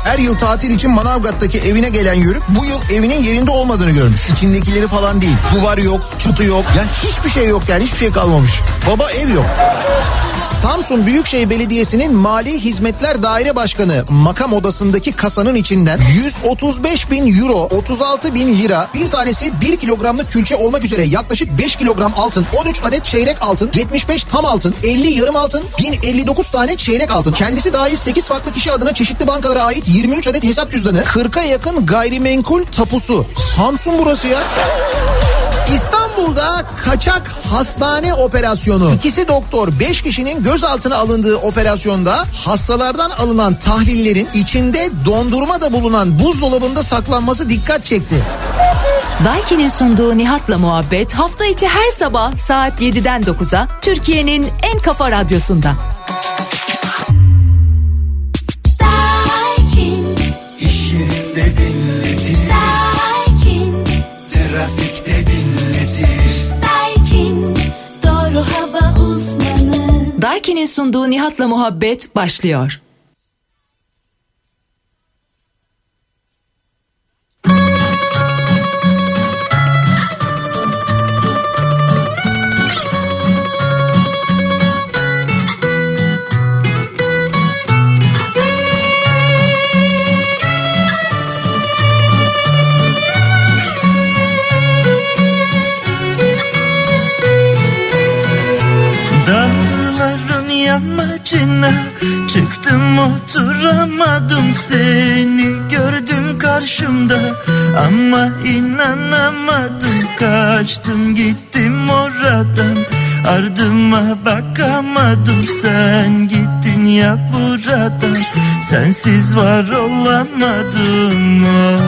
Her yıl tatil için Manavgat'taki evine gelen Yörük bu yıl evinin yerinde olmadığını görmüş. İçindekileri falan değil. Duvar yok, çatı yok. Ya hiçbir şey yok yani, hiçbir şey kalmamış. Baba ev yok. Samsun Büyükşehir Belediyesi'nin Mali Hizmetler Daire Başkanı makam odasındaki kasanın içinden 135.000 euro, 36.000 lira, bir tanesi 1 kilogramlık külçe olmak üzere yaklaşık 5 kilogram altın, 13 adet çeyrek altın, 75 tam altın, 50 yarım altın, 1059 tane çeyrek altın. Kendisi dahil 8 farklı kişi adına çeşitli bankalara ait 23 adet hesap cüzdanı, 40'a yakın gayrimenkul tapusu. Samsun burası ya. İstanbul'da kaçak hastane operasyonu. 2 doktor 5 kişinin gözaltına alındığı operasyonda hastalardan alınan tahlillerin içinde dondurma da bulunan buzdolabında saklanması dikkat çekti. Daiki'nin sunduğu Nihat'la Muhabbet hafta içi her sabah saat 7'den 9'a Türkiye'nin en kafa radyosunda. Daikin, iş yerinde dinletir. Daikin, trafikte dinletir. Daikin, doğru hava uzmanı. Daiki'nin sunduğu Nihat'la Muhabbet başlıyor. Yamacına çıktım, oturamadım, seni gördüm karşımda ama inanamadım, kaçtım gittim oradan, ardıma bakamadım, sen gittin ya buradan, sensiz var olamadım.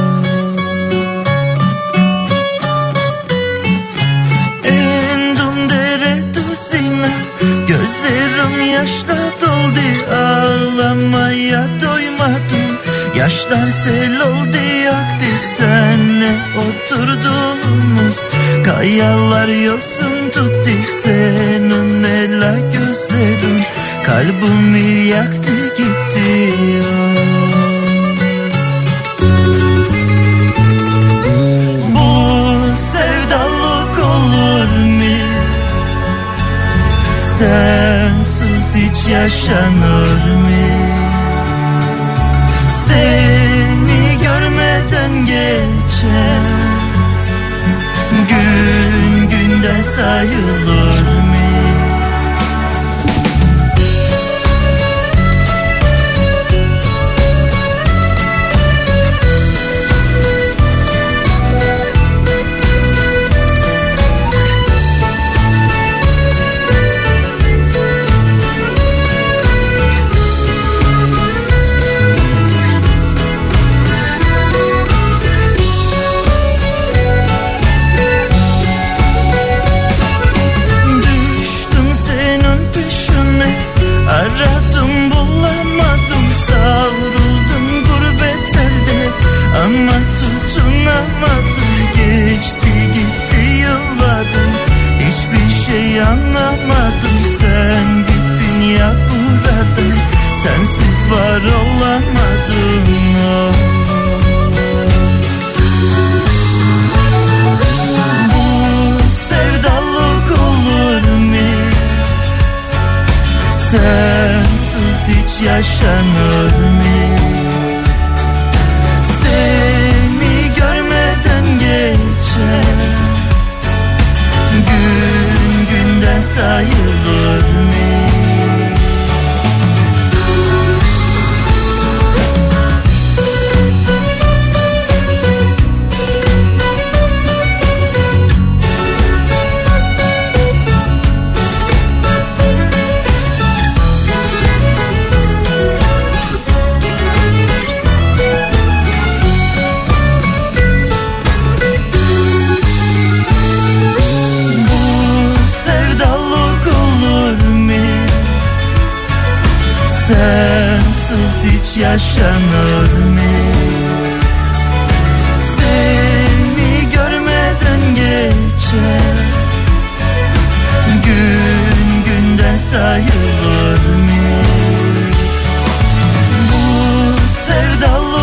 Endum dere dusina, gözlerim yaşla doldu, ağlamaya doymadım, yaşlar sel oldu yaktı, senle oturduğumuz kayalar yosun tuttu, senin ela gözlerin kalbimi yaktı gitti. Bu sevdalık olur mu? Sensiz hiç yaşanır mı? Seni görmeden geçer gün günden sayılır mı? Aradım bulamadım, savruldum gurbet elde ama tutunamadım, geçti gitti yıllarım, hiçbir şey anlamadım, sen gittin ya buradan, sensiz var olamadım. Bu sevdalık olur mu? Sensiz hiç yaşanır mı? Seni görmeden geçer gün günden sayılır mı? Sensiz hiç yaşanır mı? Seni görmeden geçer gün günden sayılır mı? Bu sevdalı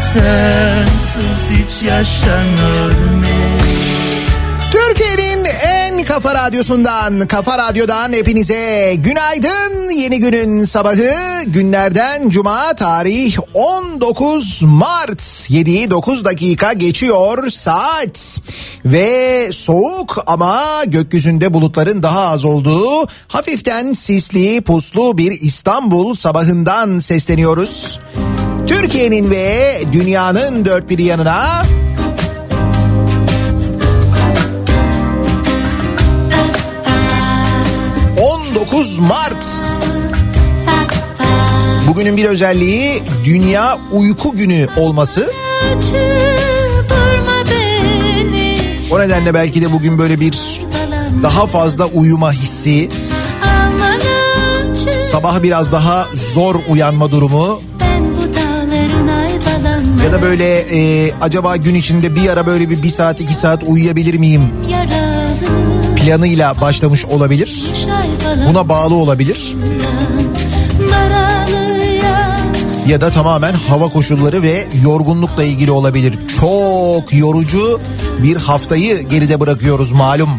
sensiz hiç yaşanır mı? Türkiye'nin en kafa radyosundan, Kafa Radyo'dan hepinize günaydın. Yeni günün sabahı, günlerden cuma, tarih 19 Mart, 7'yi 9 dakika geçiyor saat. Ve soğuk ama gökyüzünde bulutların daha az olduğu, hafiften sisli puslu bir İstanbul sabahından sesleniyoruz. Türkiye'nin ve dünyanın dört bir yanına. Mart. Bugünün bir özelliği Dünya Uyku Günü olması. O nedenle belki de bugün böyle bir daha fazla uyuma hissi, sabah biraz daha zor uyanma durumu ya da böyle acaba gün içinde bir ara böyle bir saat 2 saat uyuyabilir miyim planıyla başlamış olabilir. Buna bağlı olabilir. Ya da tamamen hava koşulları ve yorgunlukla ilgili olabilir. Çok yorucu bir haftayı geride bırakıyoruz malum.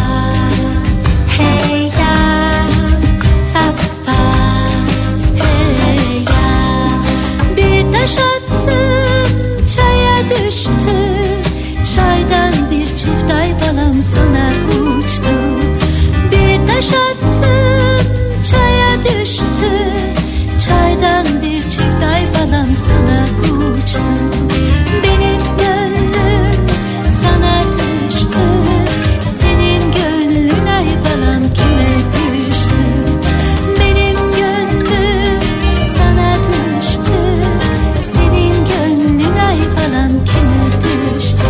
Bir taş attım, çaya düştü. Çaydan bir çift ay balam sona uçtu. Bir taş attım, çaya düştü. Çaydan bir çift ay balam sona uçtu. Benim gönlüm sana düştü. Senin gönlün ay balam kime düştü? Benim gönlüm sana düştü. Senin gönlün ay balam kime düştü?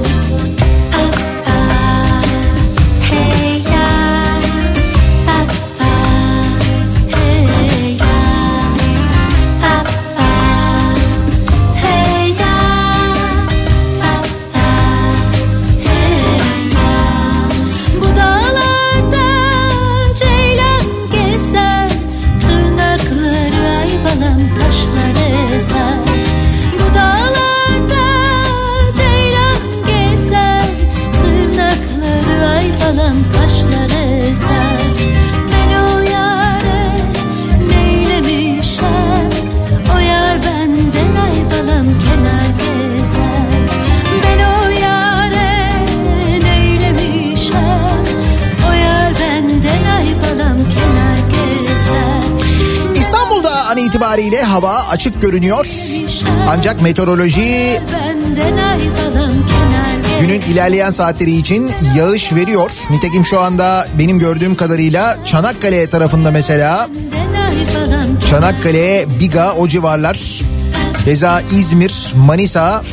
itibariyle hava açık görünüyor. Ancak meteoroloji günün ilerleyen saatleri için yağış veriyor. Nitekim şu anda benim gördüğüm kadarıyla Çanakkale tarafında mesela, Çanakkale, Biga, o civarlar, keza İzmir, Manisa,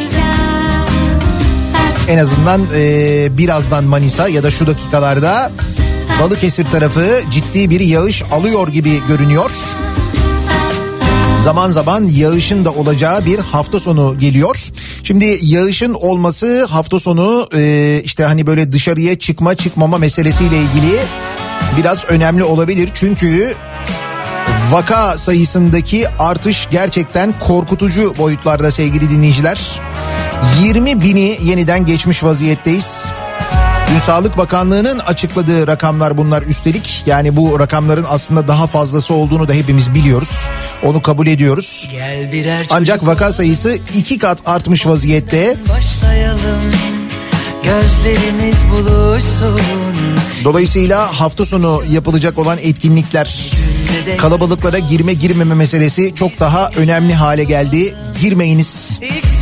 en azından birazdan Manisa ya da şu dakikalarda Balıkesir tarafı ciddi bir yağış alıyor gibi görünüyor. Zaman zaman yağışın da olacağı bir hafta sonu geliyor. Şimdi yağışın olması hafta sonu işte hani böyle dışarıya çıkmama meselesiyle ilgili biraz önemli olabilir. Çünkü vaka sayısındaki artış gerçekten korkutucu boyutlarda sevgili dinleyiciler. 20.000'i yeniden geçmiş vaziyetteyiz. Dün Sağlık Bakanlığı'nın açıkladığı rakamlar bunlar üstelik. Yani bu rakamların aslında daha fazlası olduğunu da hepimiz biliyoruz. Onu kabul ediyoruz. Ancak vaka sayısı 2 kat artmış vaziyette. Başlayalım, gözlerimiz buluşsun. Dolayısıyla hafta sonu yapılacak olan etkinlikler, kalabalıklara girmeme meselesi çok daha önemli hale geldi. Girmeyiniz.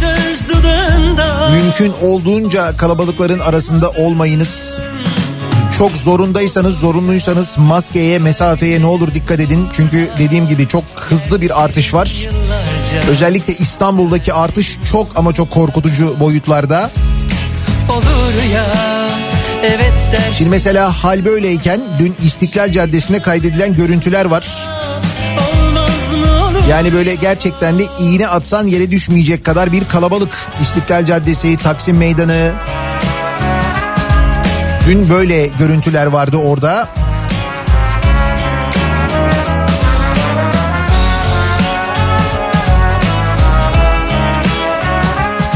Mümkün olduğunca kalabalıkların arasında olmayınız. Çok zorunluysanız maskeye, mesafeye ne olur dikkat edin. Çünkü dediğim gibi çok hızlı bir artış var. Özellikle İstanbul'daki artış çok ama çok korkutucu boyutlarda. Olur ya, evet dersin. Şimdi mesela hal böyleyken dün İstiklal Caddesi'nde kaydedilen görüntüler var. Yani böyle gerçekten de iğne atsan yere düşmeyecek kadar bir kalabalık. İstiklal Caddesi, Taksim Meydanı. Dün böyle görüntüler vardı orada.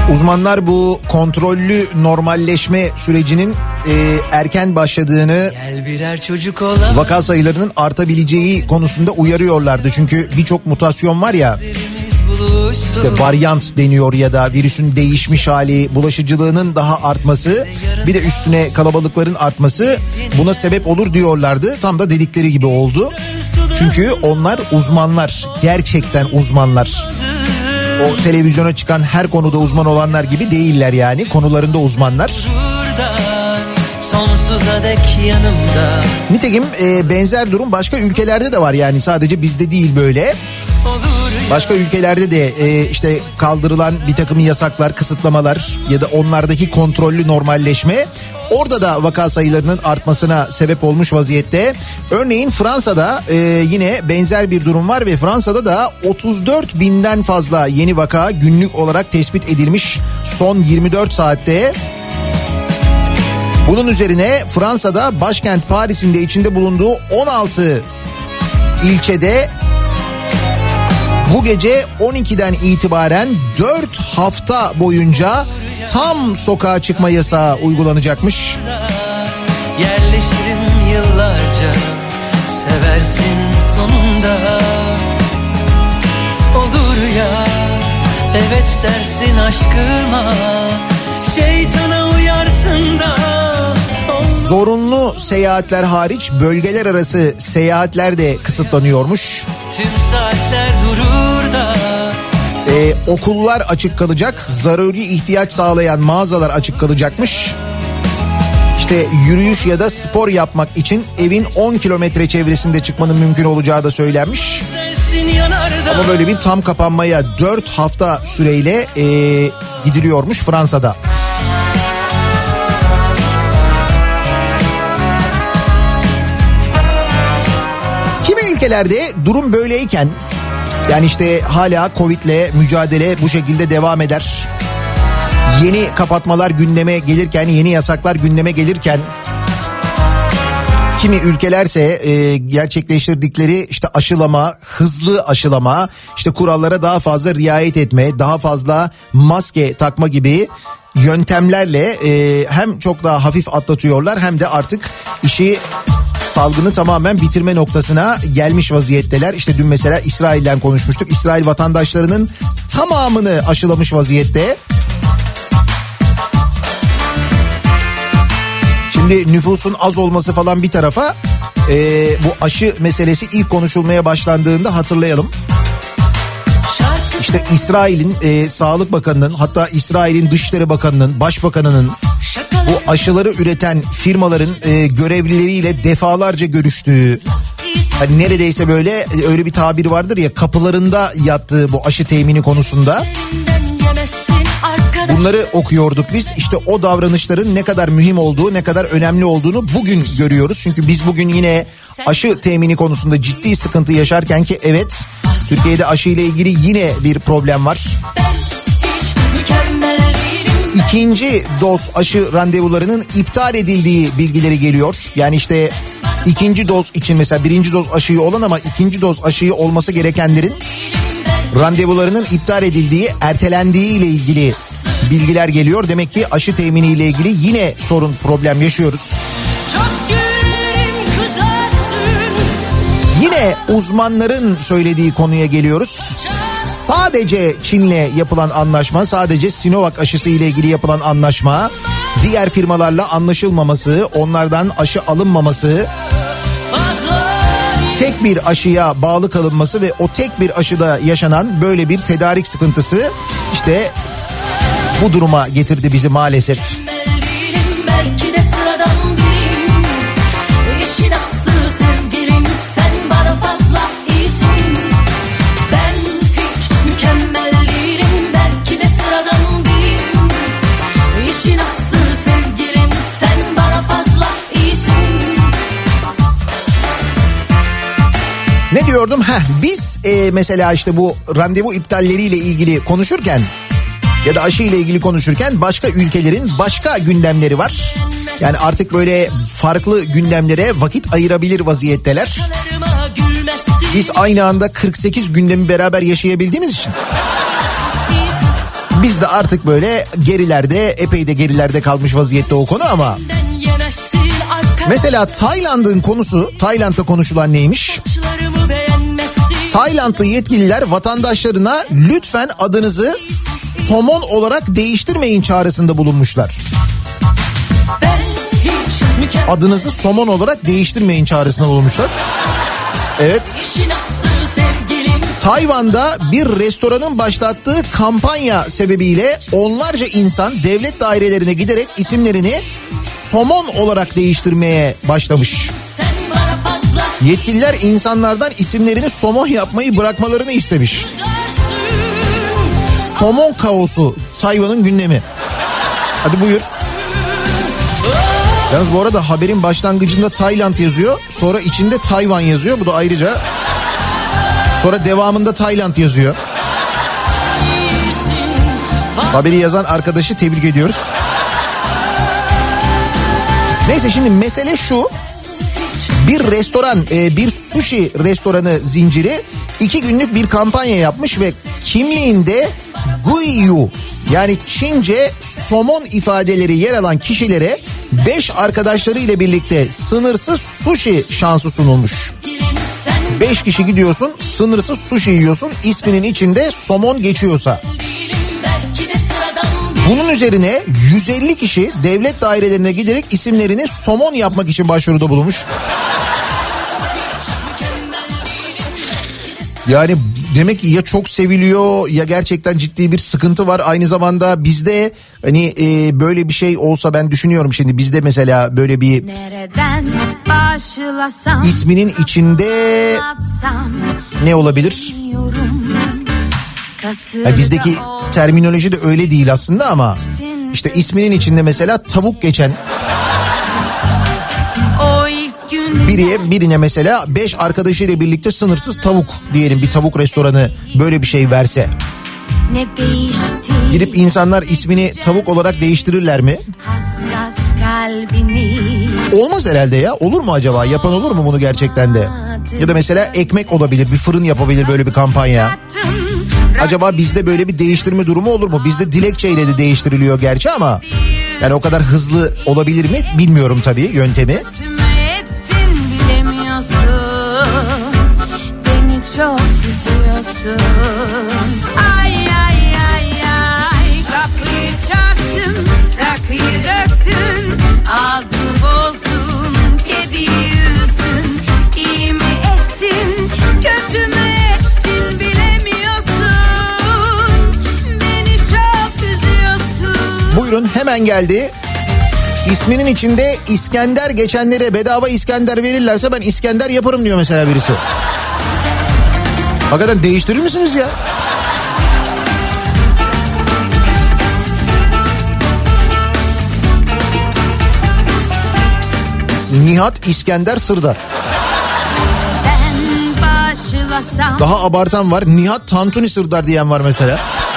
Uzmanlar bu kontrollü normalleşme sürecinin erken başladığını, vaka sayılarının artabileceği konusunda uyarıyorlardı. Çünkü birçok mutasyon var ya, işte varyant deniyor ya da virüsün değişmiş hali, bulaşıcılığının daha artması, bir de üstüne kalabalıkların artması buna sebep olur diyorlardı. Tam da dedikleri gibi oldu. Çünkü onlar uzmanlar, gerçekten uzmanlar. O televizyona çıkan her konuda uzman olanlar gibi değiller yani, konularında uzmanlar. Nitekim benzer durum başka ülkelerde de var yani, sadece bizde değil böyle. Başka ülkelerde de işte kaldırılan bir takım yasaklar, kısıtlamalar ya da onlardaki kontrollü normalleşme orada da vaka sayılarının artmasına sebep olmuş vaziyette. Örneğin Fransa'da yine benzer bir durum var ve Fransa'da da 34 binden fazla yeni vaka günlük olarak tespit edilmiş son 24 saatte. Bunun üzerine Fransa'da başkent Paris'in de içinde bulunduğu 16 ilçede bu gece 12'den itibaren 4 hafta boyunca tam sokağa çıkma yasağı uygulanacakmış. Yerleşirim yıllarca, seversin sonunda. Olur ya, evet dersin aşkıma, şeytana uyarsın da. Zorunlu seyahatler hariç bölgeler arası seyahatler de kısıtlanıyormuş. Tüm saatler durur da. Okullar açık kalacak, zaruri ihtiyaç sağlayan mağazalar açık kalacakmış. İşte yürüyüş ya da spor yapmak için evin 10 kilometre çevresinde çıkmanın mümkün olacağı da söylenmiş. Ama böyle bir tam kapanmaya 4 hafta süreyle gidiliyormuş Fransa'da. Kimi ülkelerde durum böyleyken, yani işte hala Covid'le mücadele bu şekilde devam eder. Yeni kapatmalar gündeme gelirken, yeni yasaklar gündeme gelirken, kimi ülkelerse gerçekleştirdikleri işte aşılama, hızlı aşılama, işte kurallara daha fazla riayet etme, daha fazla maske takma gibi yöntemlerle hem çok daha hafif atlatıyorlar hem de artık işi, salgını tamamen bitirme noktasına gelmiş vaziyetteler. İşte dün mesela İsrail'den konuşmuştuk. İsrail vatandaşlarının tamamını aşılamış vaziyette. Şimdi nüfusun az olması falan bir tarafa, bu aşı meselesi ilk konuşulmaya başlandığında hatırlayalım. İşte İsrail'in Sağlık Bakanı'nın, hatta İsrail'in Dışişleri Bakanı'nın, Başbakanı'nın bu aşıları üreten firmaların görevlileriyle defalarca görüştüğü, hani neredeyse böyle, öyle bir tabir vardır ya, kapılarında yattığı bu aşı temini konusunda. Bunları okuyorduk biz. İşte o davranışların ne kadar mühim olduğu, ne kadar önemli olduğunu bugün görüyoruz. Çünkü biz bugün yine aşı temini konusunda ciddi sıkıntı yaşarken ki evet, Türkiye'de aşı ile ilgili yine bir problem var. İkinci doz aşı randevularının iptal edildiği bilgileri geliyor. Yani işte ikinci doz için mesela birinci doz aşıyı olan ama ikinci doz aşıyı olması gerekenlerin randevularının iptal edildiği, ertelendiği ile ilgili bilgiler geliyor. Demek ki aşı temini ile ilgili yine sorun, problem yaşıyoruz. Yine uzmanların söylediği konuya geliyoruz. Sadece Çin'le yapılan anlaşma, sadece Sinovac aşısı ile ilgili yapılan anlaşma, diğer firmalarla anlaşılmaması, onlardan aşı alınmaması, tek bir aşıya bağlı kalınması ve o tek bir aşıda yaşanan böyle bir tedarik sıkıntısı işte bu duruma getirdi bizi maalesef. Ne diyordum? Biz mesela işte bu randevu iptalleriyle ilgili konuşurken ya da aşı ile ilgili konuşurken başka ülkelerin başka gündemleri var. Yani artık böyle farklı gündemlere vakit ayırabilir vaziyetteler. Biz aynı anda 48 gündemi beraber yaşayabildiğimiz için Biz de artık böyle gerilerde, epey de gerilerde kalmış vaziyette o konu ama. Mesela Tayland'ın konusu, Tayland'da konuşulan neymiş? Taylandlı yetkililer vatandaşlarına lütfen adınızı somon olarak değiştirmeyin çağrısında bulunmuşlar. Adınızı somon olarak değiştirmeyin çağrısında bulunmuşlar. Evet. Tayvan'da bir restoranın başlattığı kampanya sebebiyle onlarca insan devlet dairelerine giderek isimlerini somon olarak değiştirmeye başlamış. Yetkililer insanlardan isimlerini somon yapmayı bırakmalarını istemiş. Somon kaosu Tayvan'ın gündemi. Hadi buyur. Yalnız bu arada haberin başlangıcında Tayland yazıyor. Sonra içinde Tayvan yazıyor. Bu da ayrıca. Sonra devamında Tayland yazıyor. Haberi yazan arkadaşı tebrik ediyoruz. Neyse şimdi mesele şu. Bir restoran, bir sushi restoranı zinciri 2 günlük bir kampanya yapmış ve kimliğinde Guiyu yani Çince somon ifadeleri yer alan kişilere 5 arkadaşları ile birlikte sınırsız sushi şansı sunulmuş. 5 kişi gidiyorsun, sınırsız sushi yiyorsun, isminin içinde somon geçiyorsa. Bunun üzerine 150 kişi devlet dairelerine giderek isimlerini somon yapmak için başvuruda bulunmuş. Yani demek ki ya çok seviliyor ya gerçekten ciddi bir sıkıntı var. Aynı zamanda bizde hani böyle bir şey olsa ben düşünüyorum şimdi bizde mesela böyle bir isminin içinde ne olabilir? Yani bizdeki terminoloji de öyle değil aslında ama işte isminin içinde mesela tavuk geçen birine mesela 5 arkadaşıyla birlikte sınırsız tavuk diyelim, bir tavuk restoranı böyle bir şey verse. Gidip insanlar ismini tavuk olarak değiştirirler mi? Olmaz herhalde ya. Olur mu acaba? Yapan olur mu bunu gerçekten de? Ya da mesela ekmek olabilir, bir fırın yapabilir böyle bir kampanya. Acaba bizde böyle bir değiştirme durumu olur mu? Bizde dilekçeyle de değiştiriliyor gerçi ama yani o kadar hızlı olabilir mi bilmiyorum tabii yöntemi. Beni çok üzüyorsun. Ay ay ay ay, kapıyı çarptın, rakıyı döktün, ağzını bozdun, kediyi üzdün, iyi mi ettin, kötü mü ettin bilemiyorsun. Beni çok üzüyorsun. Buyurun hemen geldi. İsminin içinde İskender geçenlere bedava İskender verirlerse ben İskender yaparım diyor mesela birisi. Hakikaten değiştirir misiniz ya? Nihat İskender Sırdar. Daha abartan var. Nihat Tantuni Sırdar diyen var mesela.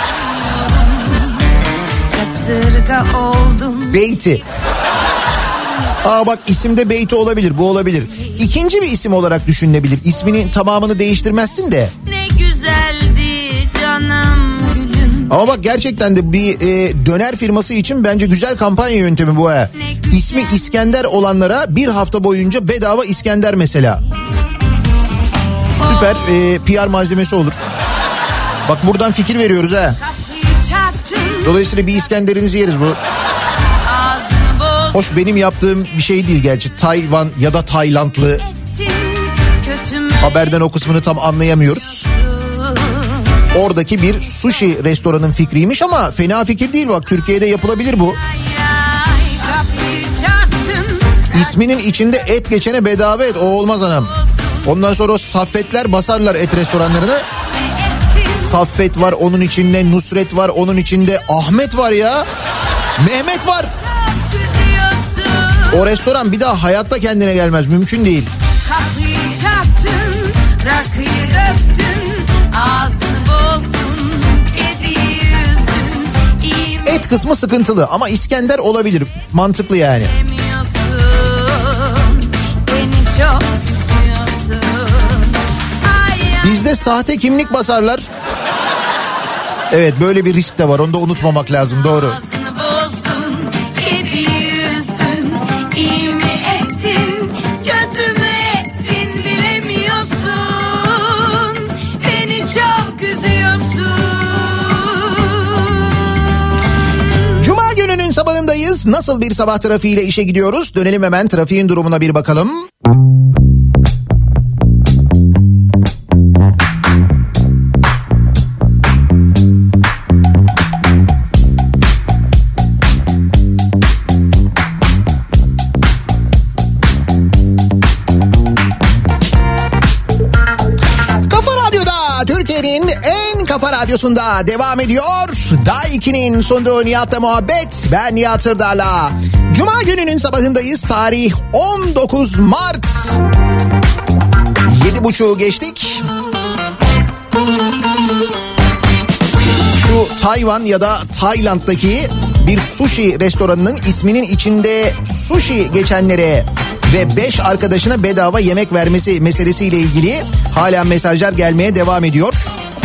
Beyti. Aa bak isimde Beyti olabilir, bu olabilir. İkinci bir isim olarak düşünülebilir. İsminin tamamını değiştirmezsin de. Ne güzeldi canım gülüm. Ama bak gerçekten de bir döner firması için bence güzel kampanya yöntemi bu ha. İsmi İskender olanlara bir hafta boyunca bedava İskender mesela. Süper PR malzemesi olur. Bak buradan fikir veriyoruz ha. Dolayısıyla bir İskenderinizi yeriz bu. Hoş benim yaptığım bir şey değil gerçi. Tayvan ya da Taylandlı. Haberden o kısmını tam anlayamıyoruz. Oradaki bir sushi restoranın fikriymiş ama fena fikir değil bak. Türkiye'de yapılabilir bu. İsminin içinde et geçene bedava et. O olmaz anam. Ondan sonra o saffetler basarlar et restoranlarını. Saffet var onun içinde, Nusret var onun içinde, Ahmet var ya. Mehmet var. O restoran bir daha hayatta kendine gelmez. Mümkün değil. Kapıyı çarptın, rakıyı döktün, ağzını bozdun, kediyi üzdün. Et kısmı sıkıntılı ama İskender olabilir. Mantıklı yani. Beni çok üzüyorsun. Bizde sahte kimlik basarlar. Evet, böyle bir risk de var, onu da unutmamak lazım, doğru. Cuma gününün sabahındayız. Nasıl bir sabah trafiğiyle işe gidiyoruz? Dönelim hemen trafiğin durumuna bir bakalım. Kafa Radyosu'nda devam ediyor. Daiki'nin sunduğu Nihat'la muhabbet. Ben Nihat Sırdar'la. Cuma gününün sabahındayız. Tarih 19 Mart. 7.30'u geçtik. Şu Tayvan ya da Tayland'daki bir sushi restoranının isminin içinde sushi geçenlere ve 5 arkadaşına bedava yemek vermesi meselesiyle ilgili hala mesajlar gelmeye devam ediyor.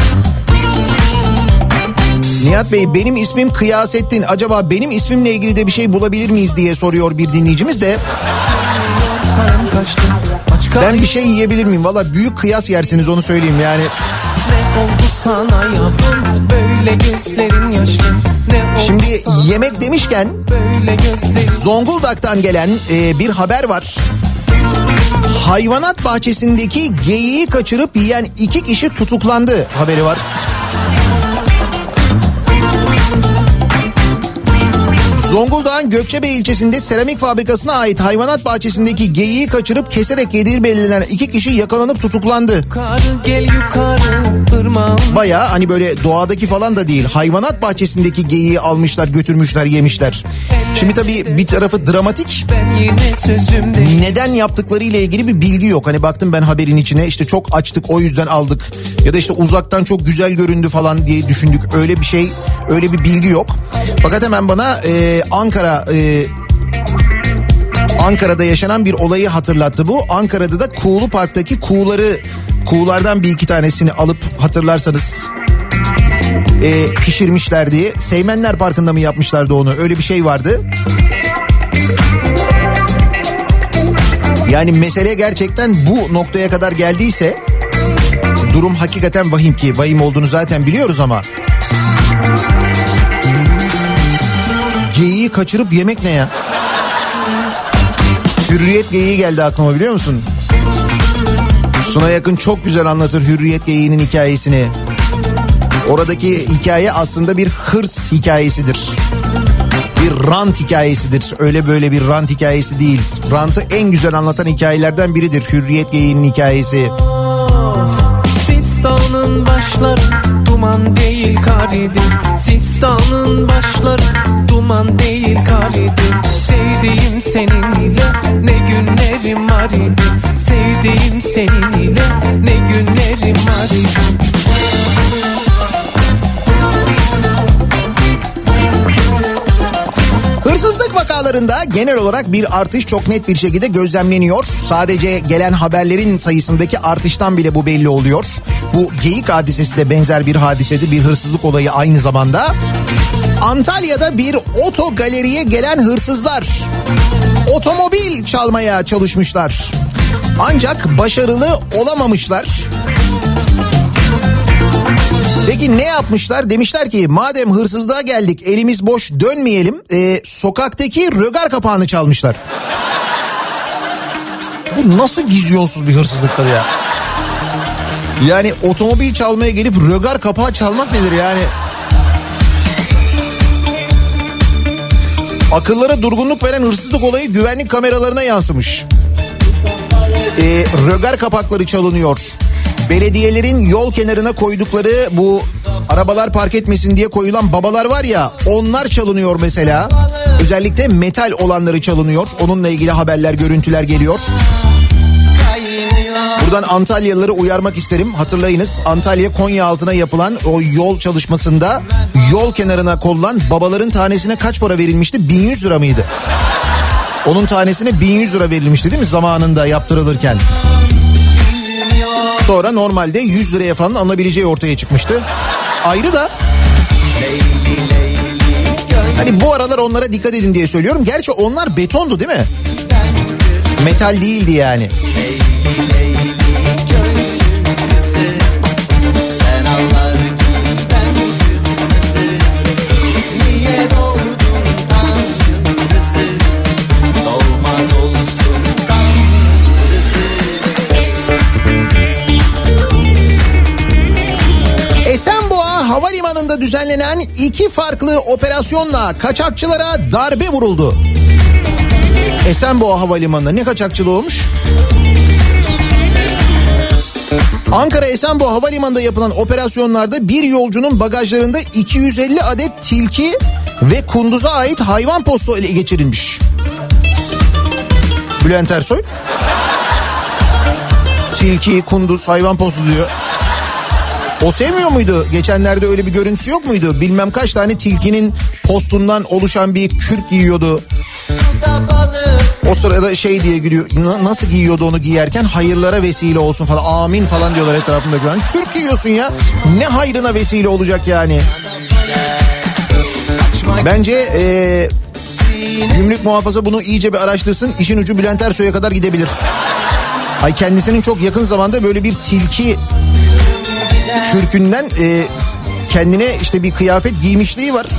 Nihat Bey, benim ismim Kıyasettin. Acaba benim ismimle ilgili de bir şey bulabilir miyiz diye soruyor bir dinleyicimiz de. Ben bir şey yiyebilir miyim? Valla büyük kıyas yersiniz, onu söyleyeyim yani. Şimdi yemek demişken Zonguldak'tan gelen bir haber var. Hayvanat bahçesindeki geyiği kaçırıp yiyen 2 kişi tutuklandı haberi var. Zonguldak'ın Gökçebey ilçesinde seramik fabrikasına ait hayvanat bahçesindeki geyiği kaçırıp keserek yediği belirlenen 2 kişi yakalanıp tutuklandı. Bayağı hani böyle doğadaki falan da değil, hayvanat bahçesindeki geyiği almışlar, götürmüşler, yemişler. Şimdi tabii bir tarafı dramatik. Neden yaptıkları ile ilgili bir bilgi yok. Hani baktım ben haberin içine, işte çok açtık o yüzden aldık. Ya da işte uzaktan çok güzel göründü falan diye düşündük. Öyle bir şey, öyle bir bilgi yok. Fakat hemen bana Ankara'da yaşanan bir olayı hatırlattı bu. Ankara'da da Kuğulu Park'taki kuğulardan bir iki tanesini alıp hatırlarsanız pişirmişlerdi. Seymenler Parkı'nda mı yapmışlardı onu? Öyle bir şey vardı. Yani mesele gerçekten bu noktaya kadar geldiyse durum hakikaten vahim, ki vahim olduğunu zaten biliyoruz ama geyiği kaçırıp yemek ne ya? Hürriyet geyiği geldi aklıma, biliyor musun? Suna Yakın çok güzel anlatır Hürriyet geyiğinin hikayesini. Oradaki hikaye aslında bir hırs hikayesidir. Bir rant hikayesidir. Öyle böyle bir rant hikayesi değil. Rantı en güzel anlatan hikayelerden biridir Hürriyet geyiğinin hikayesi. Sistanın başları duman değil kar idi. Sistanın başları duman değil kar idi. Sevdiğim seninle ne günlerim var idi. Sevdiğim seninle ne günlerim var idi. Hırsızlık vakalarında genel olarak bir artış çok net bir şekilde gözlemleniyor. Sadece gelen haberlerin sayısındaki artıştan bile bu belli oluyor. Bu geyik hadisesi de benzer bir hadisedi, bir hırsızlık olayı aynı zamanda. Antalya'da bir oto galeriye gelen hırsızlar otomobil çalmaya çalışmışlar. Ancak başarılı olamamışlar. Peki ne yapmışlar? Demişler ki madem hırsızlığa geldik, elimiz boş dönmeyelim. Sokaktaki rögar kapağını çalmışlar. Bu nasıl vizyonsuz bir hırsızlıktır ya? Yani otomobil çalmaya gelip rögar kapağı çalmak nedir yani? Akıllara durgunluk veren hırsızlık olayı güvenlik kameralarına yansımış. Rögar kapakları çalınıyor. Belediyelerin yol kenarına koydukları bu arabalar park etmesin diye koyulan babalar var ya, onlar çalınıyor mesela. Özellikle metal olanları çalınıyor. Onunla ilgili haberler, görüntüler geliyor. Buradan Antalyalıları uyarmak isterim. Hatırlayınız, Antalya Konyaaltı'na yapılan o yol çalışmasında yol kenarına konulan babaların tanesine kaç para verilmişti? 1100 lira mıydı? Onun tanesine 1100 lira verilmişti değil mi zamanında yaptırılırken? Sonra normalde 100 liraya falan alınabileceği ortaya çıkmıştı. Ayrı da hani bu aralar onlara dikkat edin diye söylüyorum. Gerçi onlar betondu değil mi? Metal değildi yani. Esenboğa Havalimanı'nda düzenlenen 2 farklı operasyonla kaçakçılara darbe vuruldu. Esenboğa Havalimanı'nda ne kaçakçılığı olmuş? Ankara Esenboğa Havalimanı'nda yapılan operasyonlarda bir yolcunun bagajlarında 250 adet tilki ve kunduza ait hayvan postu ele geçirilmiş. Bülent Ersoy. Tilki, kunduz, hayvan postu diyor. O sevmiyor muydu? Geçenlerde öyle bir görüntüsü yok muydu? Bilmem kaç tane tilkinin postundan oluşan bir kürk giyiyordu. O sırada şey diye gülüyor. Nasıl giyiyordu onu giyerken? Hayırlara vesile olsun falan. Amin falan diyorlar etrafında. Kürk giyiyorsun ya. Ne hayrına vesile olacak yani? Bence gümrük muhafaza bunu iyice bir araştırsın. İşin ucu Bülent Ersoy'a kadar gidebilir. Ay kendisinin çok yakın zamanda böyle bir tilki kürkünden kendine işte bir kıyafet giymişliği var.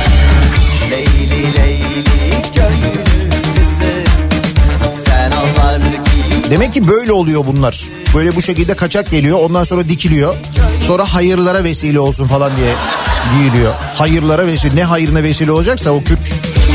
Demek ki böyle oluyor bunlar. Böyle bu şekilde kaçak geliyor, ondan sonra dikiliyor. Sonra hayırlara vesile olsun falan diye giyiliyor. Hayırlara vesile, ne hayırına vesile olacaksa o kürk.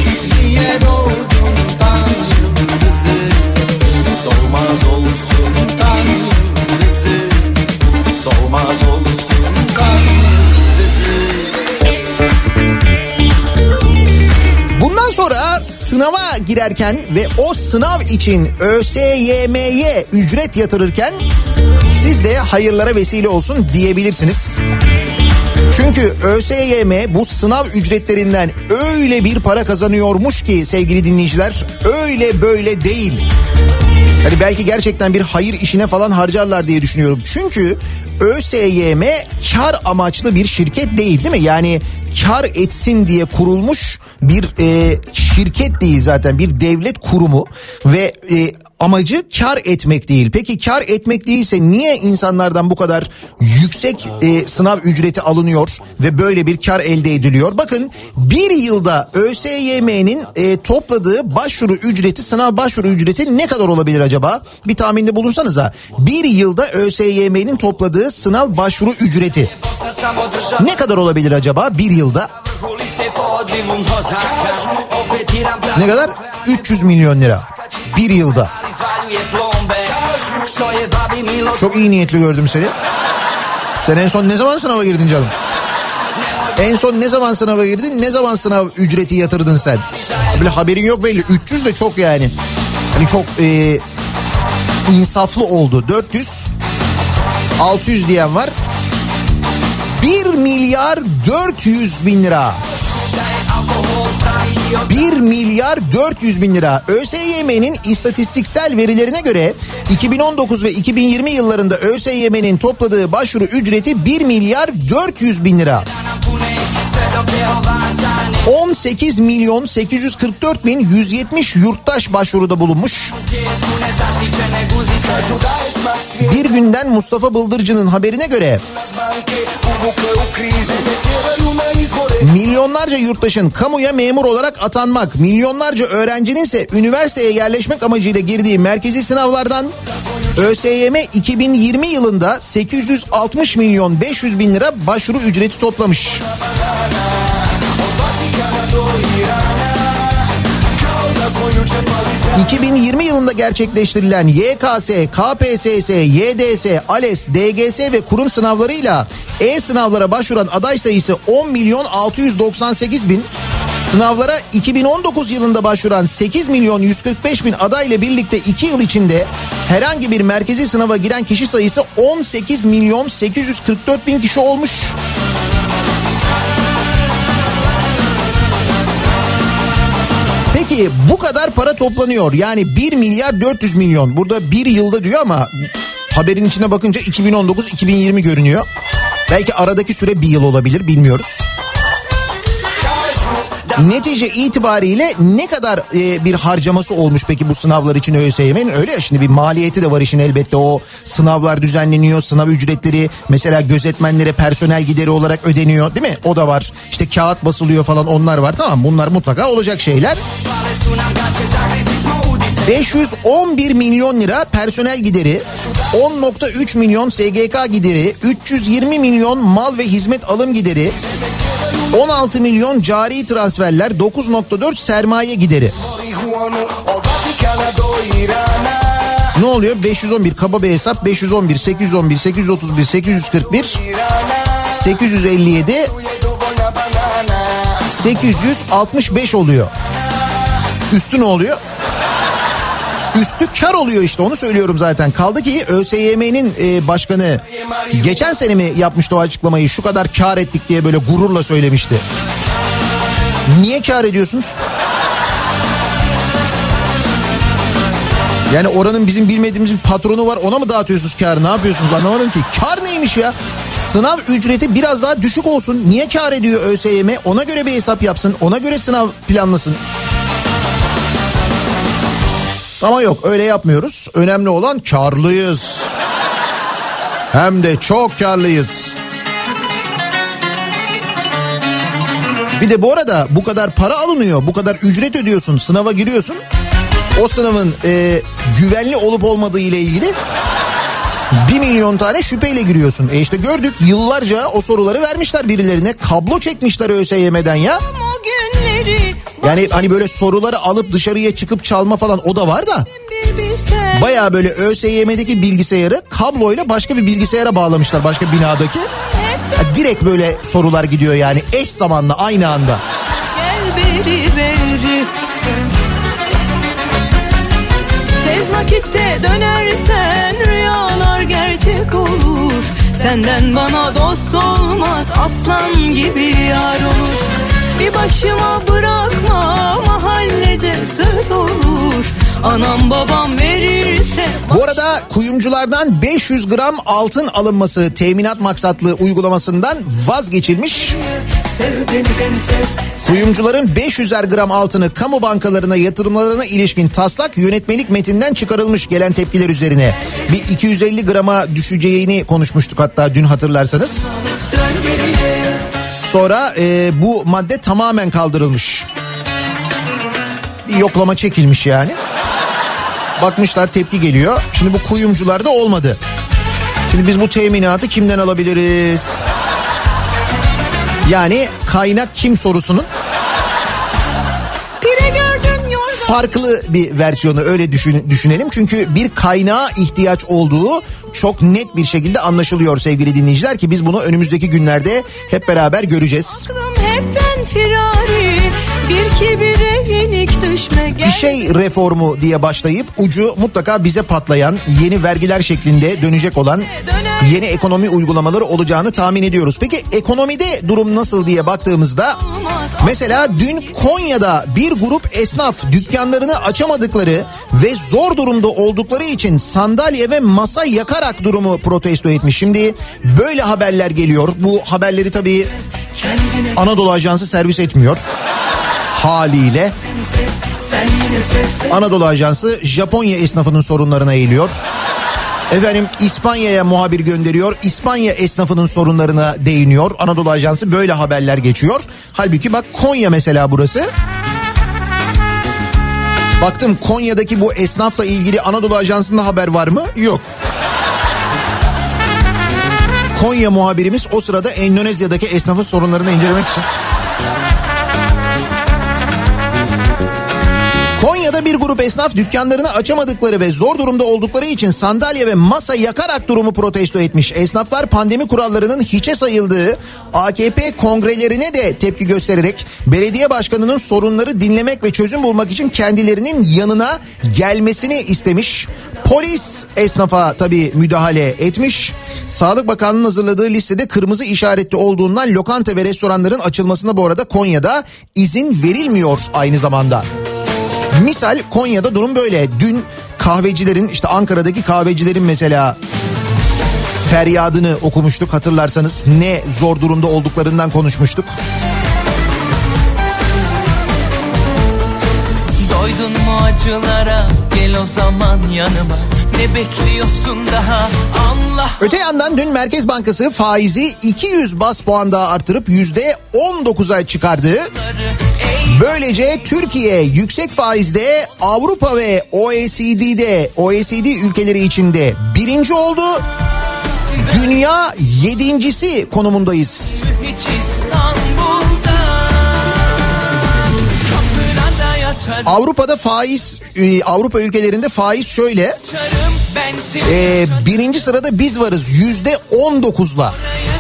Bundan sonra sınava girerken ve o sınav için ÖSYM'ye ücret yatırırken siz de hayırlara vesile olsun diyebilirsiniz. Çünkü ÖSYM bu sınav ücretlerinden öyle bir para kazanıyormuş ki sevgili dinleyiciler, öyle böyle değil. Hani belki gerçekten bir hayır işine falan harcarlar diye düşünüyorum. Çünkü ÖSYM kar amaçlı bir şirket değil mi? Yani kar etsin diye kurulmuş bir şirket değil zaten, bir devlet kurumu ve amacı kar etmek değil. Peki kar etmek değilse niye insanlardan bu kadar yüksek sınav ücreti alınıyor ve böyle bir kar elde ediliyor? Bakın bir yılda ÖSYM'nin topladığı başvuru ücreti, sınav başvuru ücreti ne kadar olabilir acaba? Bir tahminde bulunsanıza. Bir yılda ÖSYM'nin topladığı sınav başvuru ücreti ne kadar olabilir acaba bir yılda? Ne kadar? 300 milyon lira. Bir yılda. Çok iyi niyetli gördüm seni. Sen en son ne zaman sınava girdin canım? En son ne zaman sınava girdin? Ne zaman sınav ücreti yatırdın sen? Böyle haberin yok belli. 300 de çok yani. Hani çok insaflı oldu. 400, 600 diyen var. 1 milyar 400 bin lira. 1 milyar 400 bin lira. ÖSYM'nin istatistiksel verilerine göre 2019 ve 2020 yıllarında ÖSYM'nin topladığı başvuru ücreti 1 milyar 400 bin lira. 18 milyon 844 bin 170 yurttaş başvuruda bulunmuş. Bir günden Mustafa Bıldırcı'nın haberine göre milyonlarca yurttaşın kamuya memur olarak atanmak, milyonlarca öğrencinin ise üniversiteye yerleşmek amacıyla girdiği merkezi sınavlardan ÖSYM 2020 yılında 860 milyon 500 bin lira başvuru ücreti toplamış. 2020 yılında gerçekleştirilen YKS, KPSS, YDS, ALES, DGS ve kurum sınavlarıyla e-sınavlara başvuran aday sayısı 10 milyon 698 bin. Sınavlara 2019 yılında başvuran 8 milyon 145 bin adayla birlikte 2 yıl içinde herhangi bir merkezi sınava giren kişi sayısı 18 milyon 844 bin kişi olmuş. Peki bu kadar para toplanıyor. Yani 1 milyar 400 milyon. Burada bir yılda diyor ama Haberin içine bakınca 2019-2020 görünüyor. Belki aradaki süre bir yıl olabilir, bilmiyoruz. Netice itibariyle ne kadar bir harcaması olmuş peki bu sınavlar için ÖSYM'nin? Öyle ya, şimdi bir maliyeti de var işin elbette. O sınavlar düzenleniyor, sınav ücretleri mesela gözetmenlere personel gideri olarak ödeniyor, değil mi? O da var. İşte kağıt basılıyor falan, onlar var. Tamam, bunlar mutlaka olacak şeyler. 511 milyon lira personel gideri, 10.3 milyon SGK gideri, 320 milyon mal ve hizmet alım gideri, 16 milyon cari transferler, 9.4 sermaye gideri. Ne oluyor? 511 kaba bir hesap, 511, 811, 831, 841, 857, 865 oluyor. Üstü ne oluyor? Üstü kar oluyor işte, onu söylüyorum zaten. Kaldı ki ÖSYM'nin başkanı geçen sene mi yapmıştı o açıklamayı, şu kadar kar ettik diye böyle gururla söylemişti. Niye kar ediyorsunuz? Yani oranın bizim bilmediğimiz bir patronu var, ona mı dağıtıyorsunuz karı, ne yapıyorsunuz anlamadım ki. Kar neymiş ya? Sınav ücreti biraz daha düşük olsun. Niye kar ediyor ÖSYM? Ona göre bir hesap yapsın, ona göre sınav planlasın. Ama yok, öyle yapmıyoruz. Önemli olan karlıyız. Hem de çok karlıyız. Bir de bu arada bu kadar para alınıyor, bu kadar ücret ödüyorsun, sınava giriyorsun. O sınavın güvenli olup olmadığı ile ilgili 1 milyon tane şüpheyle giriyorsun. İşte gördük, yıllarca o soruları vermişler birilerine. Kablo çekmişler ÖSYM'den ya. Yani hani böyle soruları alıp dışarıya çıkıp çalma falan, o da var da. Baya böyle ÖSYM'deki bilgisayarı kabloyla başka bir bilgisayara bağlamışlar, başka binadaki. Direkt böyle sorular gidiyor yani, eş zamanlı, aynı anda. Gel beri beri. Tez vakitte dönersen rüyalar gerçek olur. Senden bana dost olmaz, aslan gibi yar olur. Bir başıma bırakma, mahallede söz olur. Anam babam verirse... Bu arada kuyumculardan 500 gram altın alınması teminat maksatlı uygulamasından vazgeçilmiş. Kuyumcuların 500'er gram altını kamu bankalarına yatırımlarına ilişkin taslak yönetmelik metinden çıkarılmış, gelen tepkiler üzerine. Bir 250 grama düşeceğini konuşmuştuk hatta dün, hatırlarsanız. Sonra bu madde tamamen kaldırılmış. Bir yoklama çekilmiş yani. Bakmışlar tepki geliyor. Şimdi bu kuyumcularda olmadı. Şimdi biz bu teminatı kimden alabiliriz? Yani kaynak kim sorusunun farklı bir versiyonu, öyle düşünelim. Çünkü bir kaynağa ihtiyaç olduğu çok net bir şekilde anlaşılıyor sevgili dinleyiciler, ki biz bunu önümüzdeki günlerde hep beraber göreceğiz. Bir şey reformu diye başlayıp ucu mutlaka bize patlayan, yeni vergiler şeklinde dönecek olan yeni ekonomi uygulamaları olacağını tahmin ediyoruz. Peki ekonomide durum nasıl diye baktığımızda, mesela dün Konya'da bir grup esnaf dükkanlarını açamadıkları ve zor durumda oldukları için sandalye ve masa yakarak durumu protesto etmiş. Şimdi böyle haberler geliyor. Bu haberleri tabii Anadolu Ajansı servis etmiyor haliyle. Anadolu Ajansı Japonya esnafının sorunlarına eğiliyor. Efendim İspanya'ya muhabir gönderiyor, İspanya esnafının sorunlarına değiniyor. Anadolu Ajansı böyle haberler geçiyor. Halbuki bak Konya mesela burası. Baktım Konya'daki bu esnafla ilgili Anadolu Ajansı'nda haber var mı? Yok. Konya muhabirimiz o sırada Endonezya'daki esnafın sorunlarını incelemek için. Konya'da bir grup esnaf dükkanlarını açamadıkları ve zor durumda oldukları için sandalye ve masa yakarak durumu protesto etmiş. Esnaflar pandemi kurallarının hiçe sayıldığı AKP kongrelerine de tepki göstererek belediye başkanının sorunları dinlemek ve çözüm bulmak için kendilerinin yanına gelmesini istemiş. Polis esnafa tabii müdahale etmiş. Sağlık Bakanlığı'nın hazırladığı listede kırmızı işaretli olduğundan lokanta ve restoranların açılmasına bu arada Konya'da izin verilmiyor aynı zamanda. Misal Konya'da durum böyle. Dün kahvecilerin, işte Ankara'daki kahvecilerin mesela feryadını okumuştuk, hatırlarsanız ne zor durumda olduklarından konuşmuştuk. Doydun mu acılara, gel o zaman yanıma, ne bekliyorsun daha, anla. Öte yandan dün Merkez Bankası faizi 200 bas puan daha artırıp %19'a çıkardı. Böylece Türkiye yüksek faizde Avrupa ve OECD ülkeleri içinde birinci oldu. Dünya 7.'si konumundayız. Avrupa'da faiz, Avrupa ülkelerinde faiz şöyle. Birinci sırada biz varız %19'la.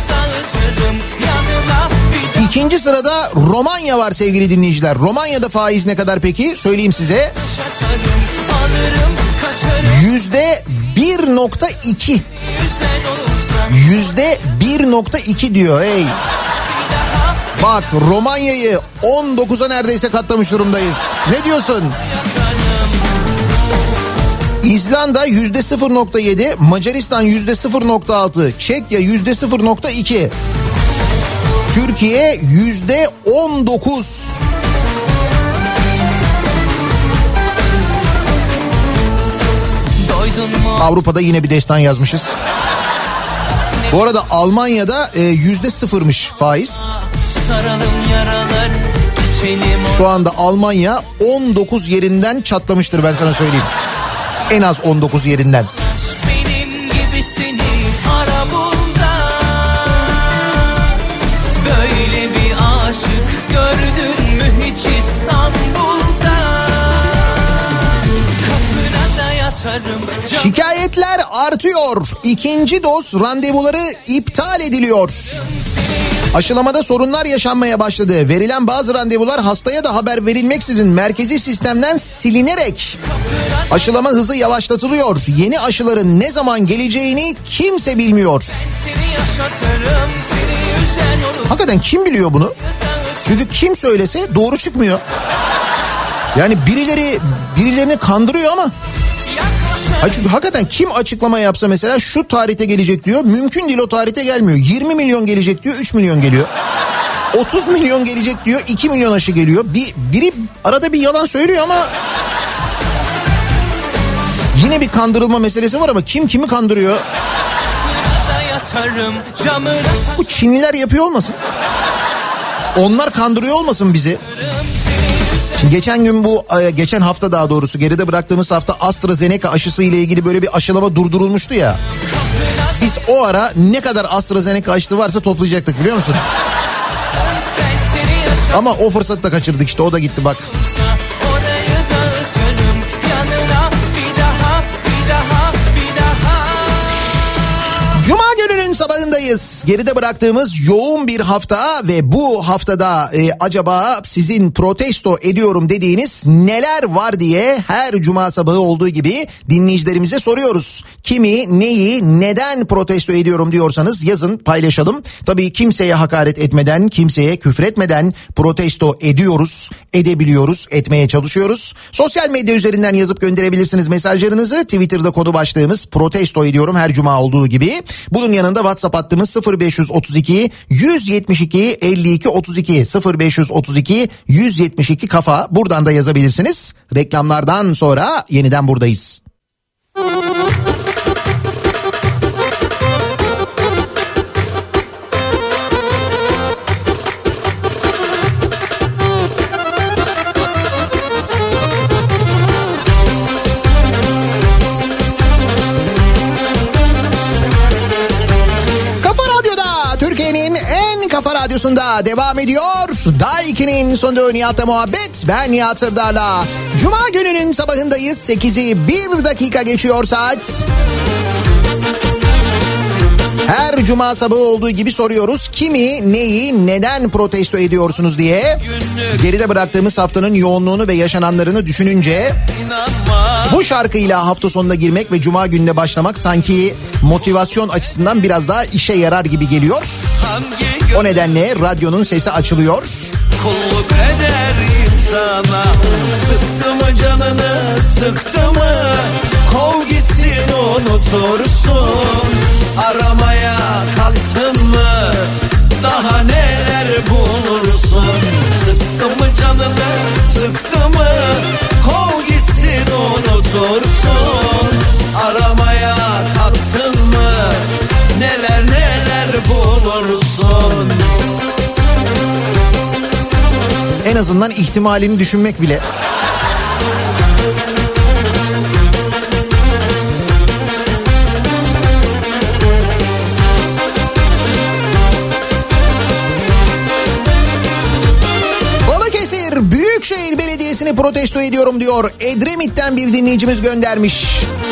İkinci sırada Romanya var sevgili dinleyiciler. Romanya'da faiz ne kadar peki? Söyleyeyim size. %1.2. %1.2 diyor hey. Bak Romanya'yı 19'a neredeyse katlamış durumdayız. Ne diyorsun? İzlanda %0.7, Macaristan %0.6, Çekya %0.2. Türkiye %19. Avrupa'da yine bir destan yazmışız. Bu arada Almanya'da %0'mış faiz. Şu anda Almanya 19 yerinden çatlamıştır, ben sana söyleyeyim. En az 19 yerinden. Benim gibisini ara bunda. Böyle bir aşık gördün mü hiç İstanbul'da? Kapına da yatarım. Şikayetler artıyor. İkinci doz randevuları iptal ediliyor. Aşılamada sorunlar yaşanmaya başladı. Verilen bazı randevular hastaya da haber verilmeksizin merkezi sistemden silinerek aşılama hızı yavaşlatılıyor. Yeni aşıların ne zaman geleceğini kimse bilmiyor. Hakikaten kim biliyor bunu? Çünkü kim söylese doğru çıkmıyor. Yani birilerini kandırıyor ama. Hayır, çünkü hakikaten kim açıklama yapsa mesela şu tarihte gelecek diyor. Mümkün değil, o tarihte gelmiyor. 20 milyon gelecek diyor, 3 milyon geliyor. 30 milyon gelecek diyor, 2 milyon aşı geliyor. Biri arada bir yalan söylüyor ama... Yine bir kandırılma meselesi var ama kim kimi kandırıyor? Bu Çinliler yapıyor olmasın? Onlar kandırıyor olmasın bizi? Şimdi geçen hafta daha doğrusu geride bıraktığımız hafta AstraZeneca aşısı ile ilgili böyle bir aşılama durdurulmuştu ya. Biz o ara ne kadar AstraZeneca aşısı varsa toplayacaktık, biliyor musun? Ama o fırsatı da kaçırdık işte, o da gitti bak. Cuma gününün sabahındayız. Geride bıraktığımız yoğun bir hafta ve bu haftada acaba sizin protesto ediyorum dediğiniz neler var diye her cuma sabahı olduğu gibi dinleyicilerimize soruyoruz. Kimi, neyi, neden protesto ediyorum diyorsanız yazın, paylaşalım. Tabii kimseye hakaret etmeden, kimseye küfür etmeden protesto ediyoruz, edebiliyoruz, etmeye çalışıyoruz. Sosyal medya üzerinden yazıp gönderebilirsiniz mesajlarınızı. Twitter'da kodu başlığımız protesto ediyorum her cuma olduğu gibi. Bunun yanında WhatsApp hattımız 0532 172 52 32 0532 172 kafa. Buradan da yazabilirsiniz. Reklamlardan sonra yeniden buradayız. Kafa Radyosu'nda devam ediyor. Daiki'nin sonunda Nihat'la muhabbet. Ben Nihat Sırdar'la. Cuma gününün sabahındayız. 8'i 1 dakika geçiyor saat. Her cuma sabahı olduğu gibi soruyoruz. Kimi, neyi, neden protesto ediyorsunuz diye. Geride bıraktığımız haftanın yoğunluğunu ve yaşananlarını düşününce bu şarkıyla hafta sonuna girmek ve cuma gününe başlamak sanki motivasyon açısından biraz daha işe yarar gibi geliyor. O nedenle radyonun sesi açılıyor. Kulluk eder insana. Sıktı mı canını, sıktı mı? Kov gitsin, unutursun. Aramaya kalktın mı daha neler bulursun. Sıktı mı canını, sıktı mı, kov gitsin unutursun. Aramaya kalktın mı neler neler bulursun. En azından ihtimalini düşünmek bile. Balıkesir Büyükşehir Belediyesi'ni protesto ediyorum diyor. Edremit'ten bir dinleyicimiz göndermiş.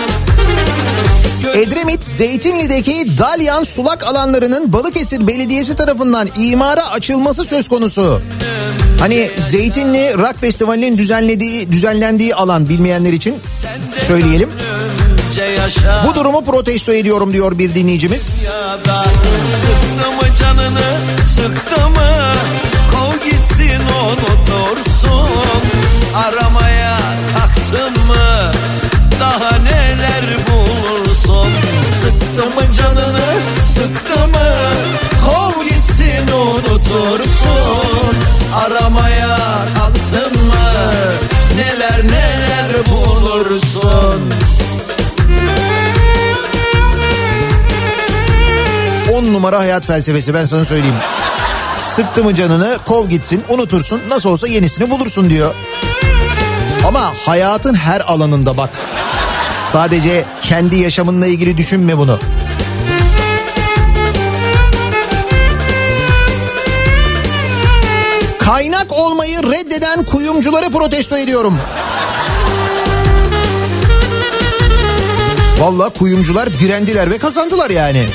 Edremit, Zeytinli'deki Dalyan sulak alanlarının Balıkesir Belediyesi tarafından imara açılması söz konusu. Hani Zeytinli Rock Festivali'nin düzenlendiği alan, bilmeyenler için söyleyelim. Bu durumu protesto ediyorum diyor bir dinleyicimiz. Sıktı mı canını, sıktı mı, kov gitsin unutursun. Aramaya kalktın mı daha neler bulursun. Sıktı mı canını, sıktı mı, kov gitsin unutursun. Aramaya kalktın mı neler neler bulursun. 10 numara hayat felsefesi, ben sana söyleyeyim. Sıktı mı canını, kov gitsin, unutursun, nasıl olsa yenisini bulursun diyor. Ama hayatın her alanında bak. Sadece kendi yaşamınla ilgili düşünme bunu. Kaynak olmayı reddeden kuyumcuları protesto ediyorum. Vallahi kuyumcular direndiler ve kazandılar yani.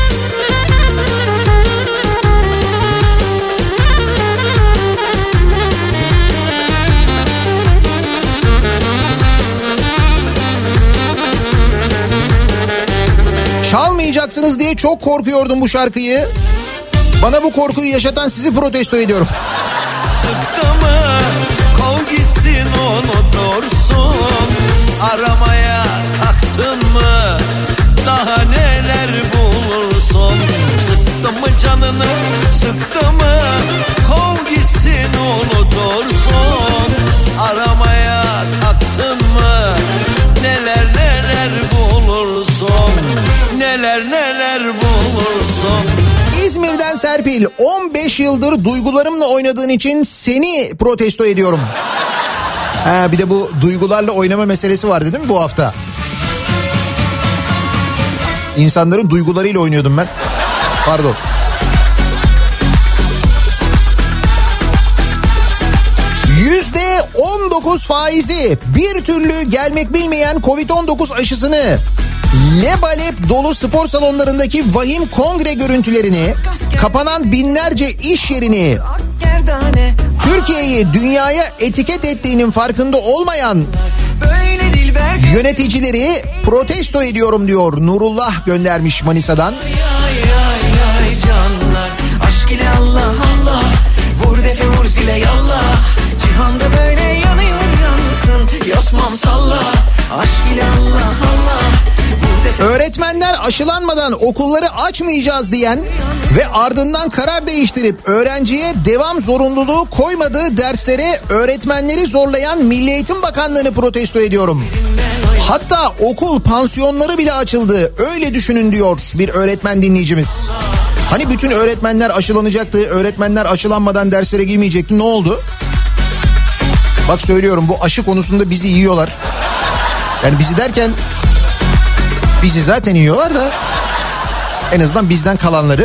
Çalmayacaksınız diye çok korkuyordum bu şarkıyı. Bana bu korkuyu yaşatan sizi protesto ediyorum. Sıktı mı, kov gitsin unutursun. Aramaya kalktın mı daha neler bulursun. Sıktı mı canını, sıktı mı, kov gitsin unutursun. Aramaya kalktın mı neler neler bulursun. Neler neler bulursun. İzmir'den Serpil, 15 yıldır duygularımla oynadığın için seni protesto ediyorum. Bir de bu duygularla oynama meselesi vardı değil mi bu hafta? İnsanların duygularıyla oynuyordum ben. Pardon. %19 faizi bir türlü gelmek bilmeyen Covid-19 aşısını, lebalep dolu spor salonlarındaki vahim kongre görüntülerini, kapanan binlerce iş yerini, Türkiye'yi dünyaya etiket ettiğinin farkında olmayan yöneticileri protesto ediyorum diyor. Nurullah göndermiş Manisa'dan. Aşk ile Allah Allah, vur defe vur zile yallah. Cihanda böyle yanıyor yansın, yosmam salla. Aşk ile Allah Allah. Öğretmenler aşılanmadan okulları açmayacağız diyen ve ardından karar değiştirip öğrenciye devam zorunluluğu koymadığı derslere öğretmenleri zorlayan Milli Eğitim Bakanlığı'nı protesto ediyorum. Hatta okul pansiyonları bile açıldı, öyle düşünün diyor bir öğretmen dinleyicimiz. Hani bütün öğretmenler aşılanacaktı, öğretmenler aşılanmadan derslere girmeyecekti, ne oldu? Bak söylüyorum, bu aşı konusunda bizi yiyorlar. Yani bizi derken bizi zaten yiyorlar da en azından bizden kalanları.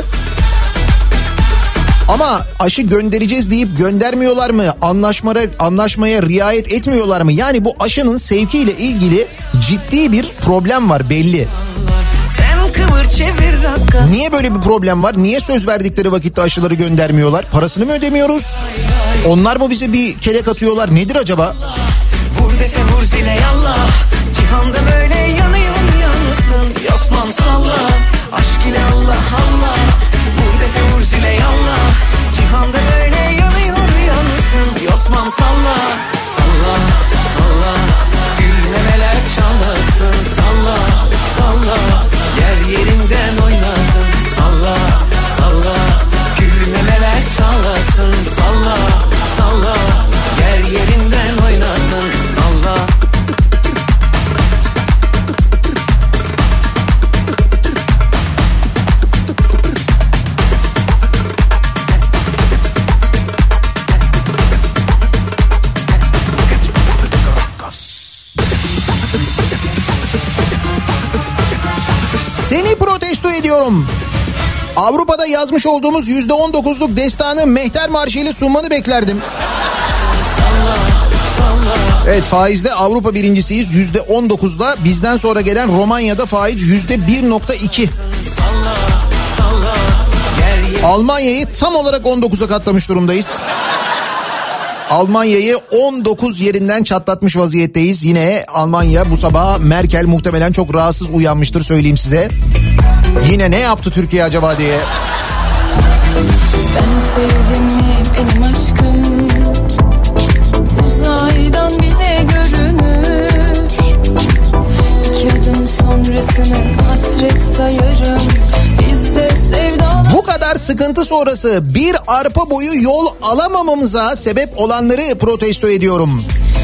Ama aşı göndereceğiz deyip göndermiyorlar mı? Anlaşmaya riayet etmiyorlar mı? Yani bu aşının sevkiyle ilgili ciddi bir problem var belli. Niye böyle bir problem var? Niye söz verdikleri vakitte aşıları göndermiyorlar? Parasını mı ödemiyoruz? Onlar mı bize bir kelek atıyorlar? Nedir acaba? Vur defe vur zile yallah. Cihanda böyle yanıyor yansın, yosman salla. Aşk ile Allah Allah. Vur defe vur zile yallah. Cihanda böyle yanıyor yansın, yosman salla. Salla salla, gülmemeler çalasın. Salla salla, yer yerinden oynasın. ediyorum. Avrupa'da yazmış olduğumuz %19'luk destanı Mehter Marşı ile sunmanı beklerdim. Evet, faizde Avrupa birincisiyiz %19'da. Bizden sonra gelen Romanya'da faiz %1.2. Almanya'yı tam olarak 19'a katlamış durumdayız. Almanya'yı 19 yerinden çatlatmış vaziyetteyiz. Yine Almanya bu sabah, Merkel muhtemelen çok rahatsız uyanmıştır, söyleyeyim size. Yine ne yaptı Türkiye acaba diye. Ben sevdim mi benim aşkım, uzaydan bile görünür. İki adım sonrasını hasret sayarım. Bizde sevdalar... Bu kadar sıkıntı sonrası bir arpa boyu yol alamamamıza sebep olanları protesto ediyorum.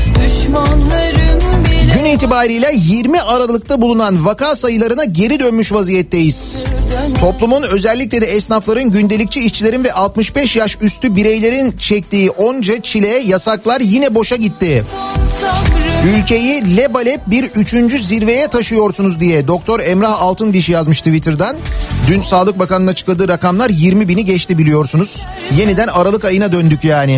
Gün itibariyle 20 Aralık'ta bulunan vaka sayılarına geri dönmüş vaziyetteyiz. Toplumun, özellikle de esnafların, gündelikçi işçilerin ve 65 yaş üstü bireylerin çektiği onca çile, yasaklar yine boşa gitti. Ülkeyi lebalep bir 3. zirveye taşıyorsunuz diye Doktor Emrah Altındiş yazmış Twitter'dan. Dün Sağlık Bakanı'nın açıkladığı rakamlar 20.000'i geçti, biliyorsunuz. Yeniden Aralık ayına döndük yani.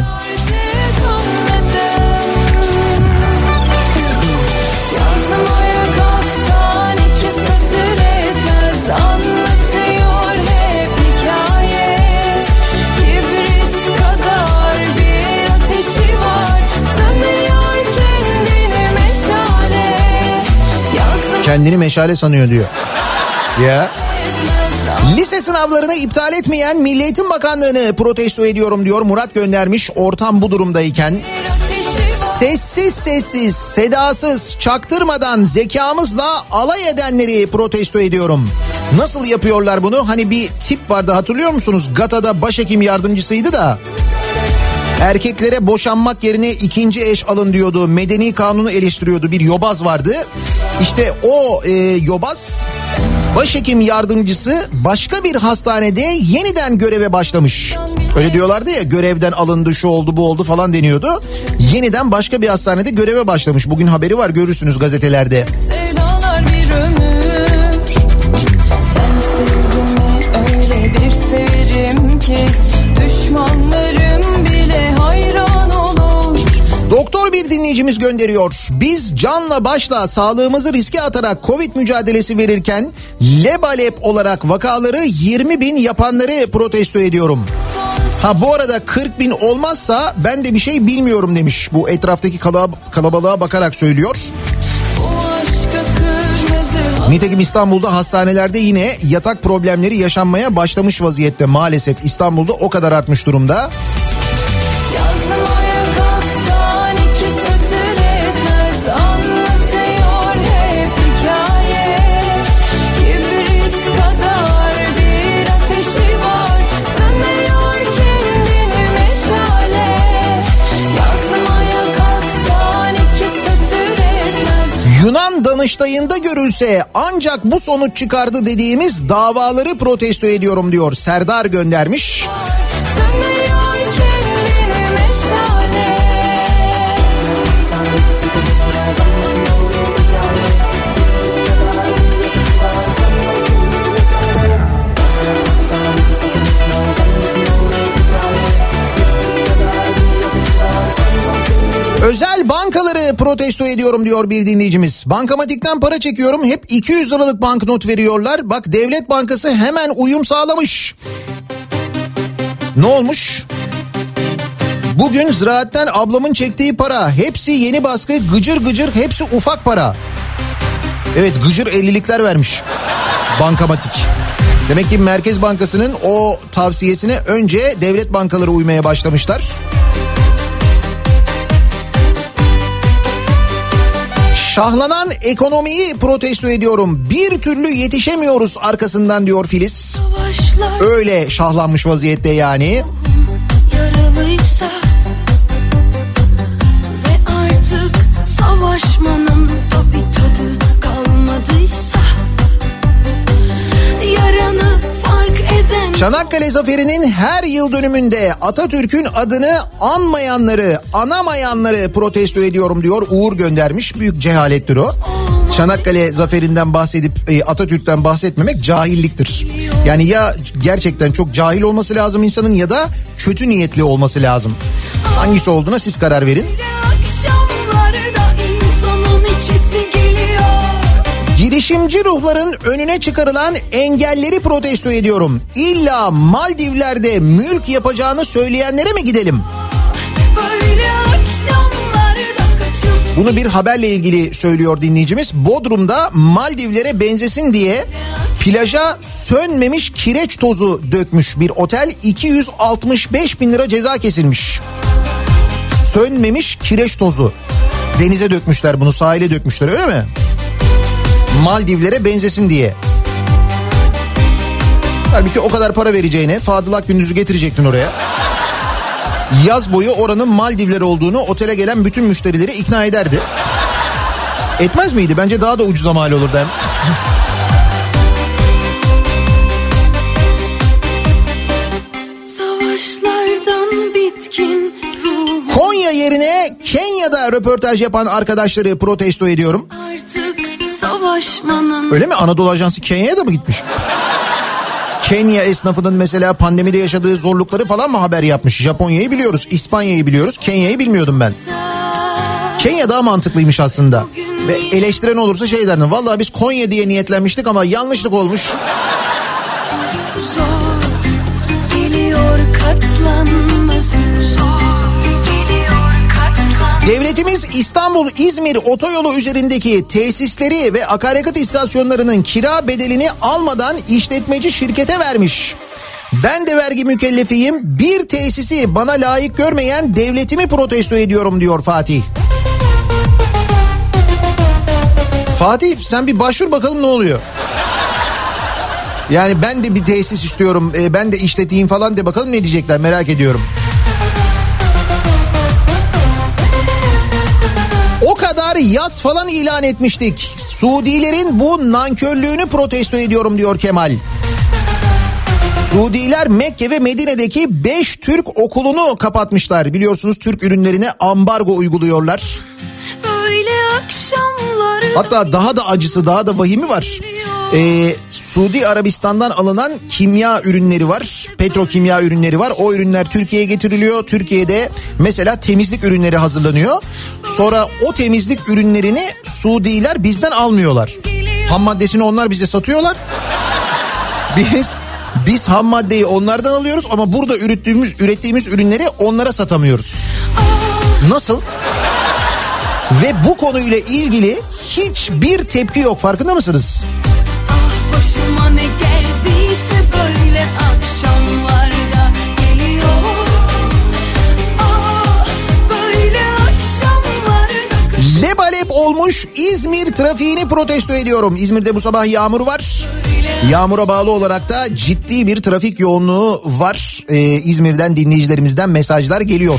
Kendini meşale sanıyor diyor. Ya. Lise sınavlarını iptal etmeyen Milli Eğitim Bakanlığı'nı protesto ediyorum diyor. Murat göndermiş, ortam bu durumdayken. Sessiz sessiz, sedasız, çaktırmadan zekamızla alay edenleri protesto ediyorum. Nasıl yapıyorlar bunu? Hani bir tip vardı, hatırlıyor musunuz? GATA'da başhekim yardımcısıydı da. Erkeklere boşanmak yerine ikinci eş alın diyordu. Medeni kanunu eleştiriyordu. Bir yobaz vardı. İşte o yobaz, başhekim yardımcısı başka bir hastanede yeniden göreve başlamış. Öyle diyorlardı ya, görevden alındı, şu oldu, bu oldu falan deniyordu. Yeniden başka bir hastanede göreve başlamış. Bugün haberi var, görürsünüz gazetelerde. Sevdalar bir ömür. Ben sevdim öyle bir severim ki düşmanlarım bile hayran olur. Doktor bir dinleyicimiz gönderiyor. Biz canla başla sağlığımızı riske atarak Covid mücadelesi verirken lebalep olarak vakaları 20.000 yapanları protesto ediyorum. Ha, bu arada 40.000 olmazsa ben de bir şey bilmiyorum demiş. Bu etraftaki kalabalığa bakarak söylüyor. Nitekim İstanbul'da hastanelerde yine yatak problemleri yaşanmaya başlamış vaziyette maalesef. İstanbul'da o kadar artmış durumda. Yunan Danıştayı'nda görülse ancak bu sonuç çıkardı dediğimiz davaları protesto ediyorum diyor. Serdar göndermiş. Özel bankaları protesto ediyorum diyor bir dinleyicimiz. Bankamatikten para çekiyorum, hep 200 liralık banknot veriyorlar. Bak, Devlet Bankası hemen uyum sağlamış. Ne olmuş? Bugün ziraatten ablamın çektiği para, hepsi yeni baskı, gıcır gıcır, hepsi ufak para. Evet, gıcır 50'likler vermiş bankamatik. Demek ki Merkez Bankası'nın o tavsiyesine önce devlet bankaları uymaya başlamışlar. Şahlanan ekonomiyi protesto ediyorum. Bir türlü yetişemiyoruz arkasından diyor Filiz. Öyle şahlanmış vaziyette yani. Yaralıysa ve artık savaşmanın da bir tadı kalmadıysa, yaranı fark eden... Çanakkale Zaferi'nin her yıl dönümünde Atatürk'ün adını anmayanları, anamayanları protesto ediyorum diyor. Uğur göndermiş. Büyük cehalettir o. Çanakkale zaferinden bahsedip Atatürk'ten bahsetmemek cahilliktir. Yani ya gerçekten çok cahil olması lazım insanın ya da kötü niyetli olması lazım. Hangisi olduğuna siz karar verin. Girişimci ruhların önüne çıkarılan engelleri protesto ediyorum. İlla Maldivler'de mülk yapacağını söyleyenlere mi gidelim? Bunu bir haberle ilgili söylüyor dinleyicimiz. Bodrum'da Maldivlere benzesin diye plaja sönmemiş kireç tozu dökmüş bir otel, 265 bin lira ceza kesilmiş. Sönmemiş kireç tozu. Denize dökmüşler bunu, sahile dökmüşler, öyle mi? Maldivlere benzesin diye. Halbuki o kadar para vereceğine Fadıl Akgündüz'ü getirecektin oraya. Yaz boyu oranın Maldivler olduğunu otele gelen bütün müşterileri ikna ederdi. Etmez miydi? Bence daha da ucuza mal olurdu hem. Savaşlardan bitkin ruhum. Konya yerine Kenya'da röportaj yapan arkadaşları protesto ediyorum. Artık savaşmanın. Öyle mi? Anadolu Ajansı Kenya'ya da mı gitmiş? Kenya esnafının mesela pandemide yaşadığı zorlukları falan mı haber yapmış? Japonya'yı biliyoruz, İspanya'yı biliyoruz, Kenya'yı bilmiyordum ben. Kenya daha mantıklıymış aslında. Ve eleştiren olursa şey derdim, vallahi biz Konya diye niyetlenmiştik ama yanlışlık olmuş. Zor geliyor katlanması. Devletimiz İstanbul-İzmir otoyolu üzerindeki tesisleri ve akaryakıt istasyonlarının kira bedelini almadan işletmeci şirkete vermiş. Ben de vergi mükellefiyim. Bir tesisi bana layık görmeyen devletimi protesto ediyorum diyor Fatih. Fatih, sen bir başvur bakalım ne oluyor? Yani ben de bir tesis istiyorum, ben de işleteyim falan de bakalım ne diyecekler, merak ediyorum. O kadar yaz falan ilan etmiştik. Suudilerin bu nankörlüğünü protesto ediyorum diyor Kemal. Suudiler Mekke ve Medine'deki 5 Türk okulunu kapatmışlar. Biliyorsunuz Türk ürünlerine ambargo uyguluyorlar. Hatta daha da acısı, daha da vahimi var. Suudi Arabistan'dan alınan kimya ürünleri var. Petrokimya ürünleri var. O ürünler Türkiye'ye getiriliyor. Türkiye'de mesela temizlik ürünleri hazırlanıyor. Sonra o temizlik ürünlerini Suudiler bizden almıyorlar. Ham maddesini onlar bize satıyorlar. Biz ham maddeyi onlardan alıyoruz ama burada ürettiğimiz ürünleri onlara satamıyoruz. Nasıl? Ve bu konuyla ilgili hiçbir tepki yok, farkında mısınız? Ah başıma ne geldiyse böyle akşamlarda geliyor. Ah böyle akşamlarda. Lebalep olmuş İzmir trafiğini protesto ediyorum. İzmir'de bu sabah yağmur var. Yağmura bağlı olarak da ciddi bir trafik yoğunluğu var. İzmir'den dinleyicilerimizden mesajlar geliyor.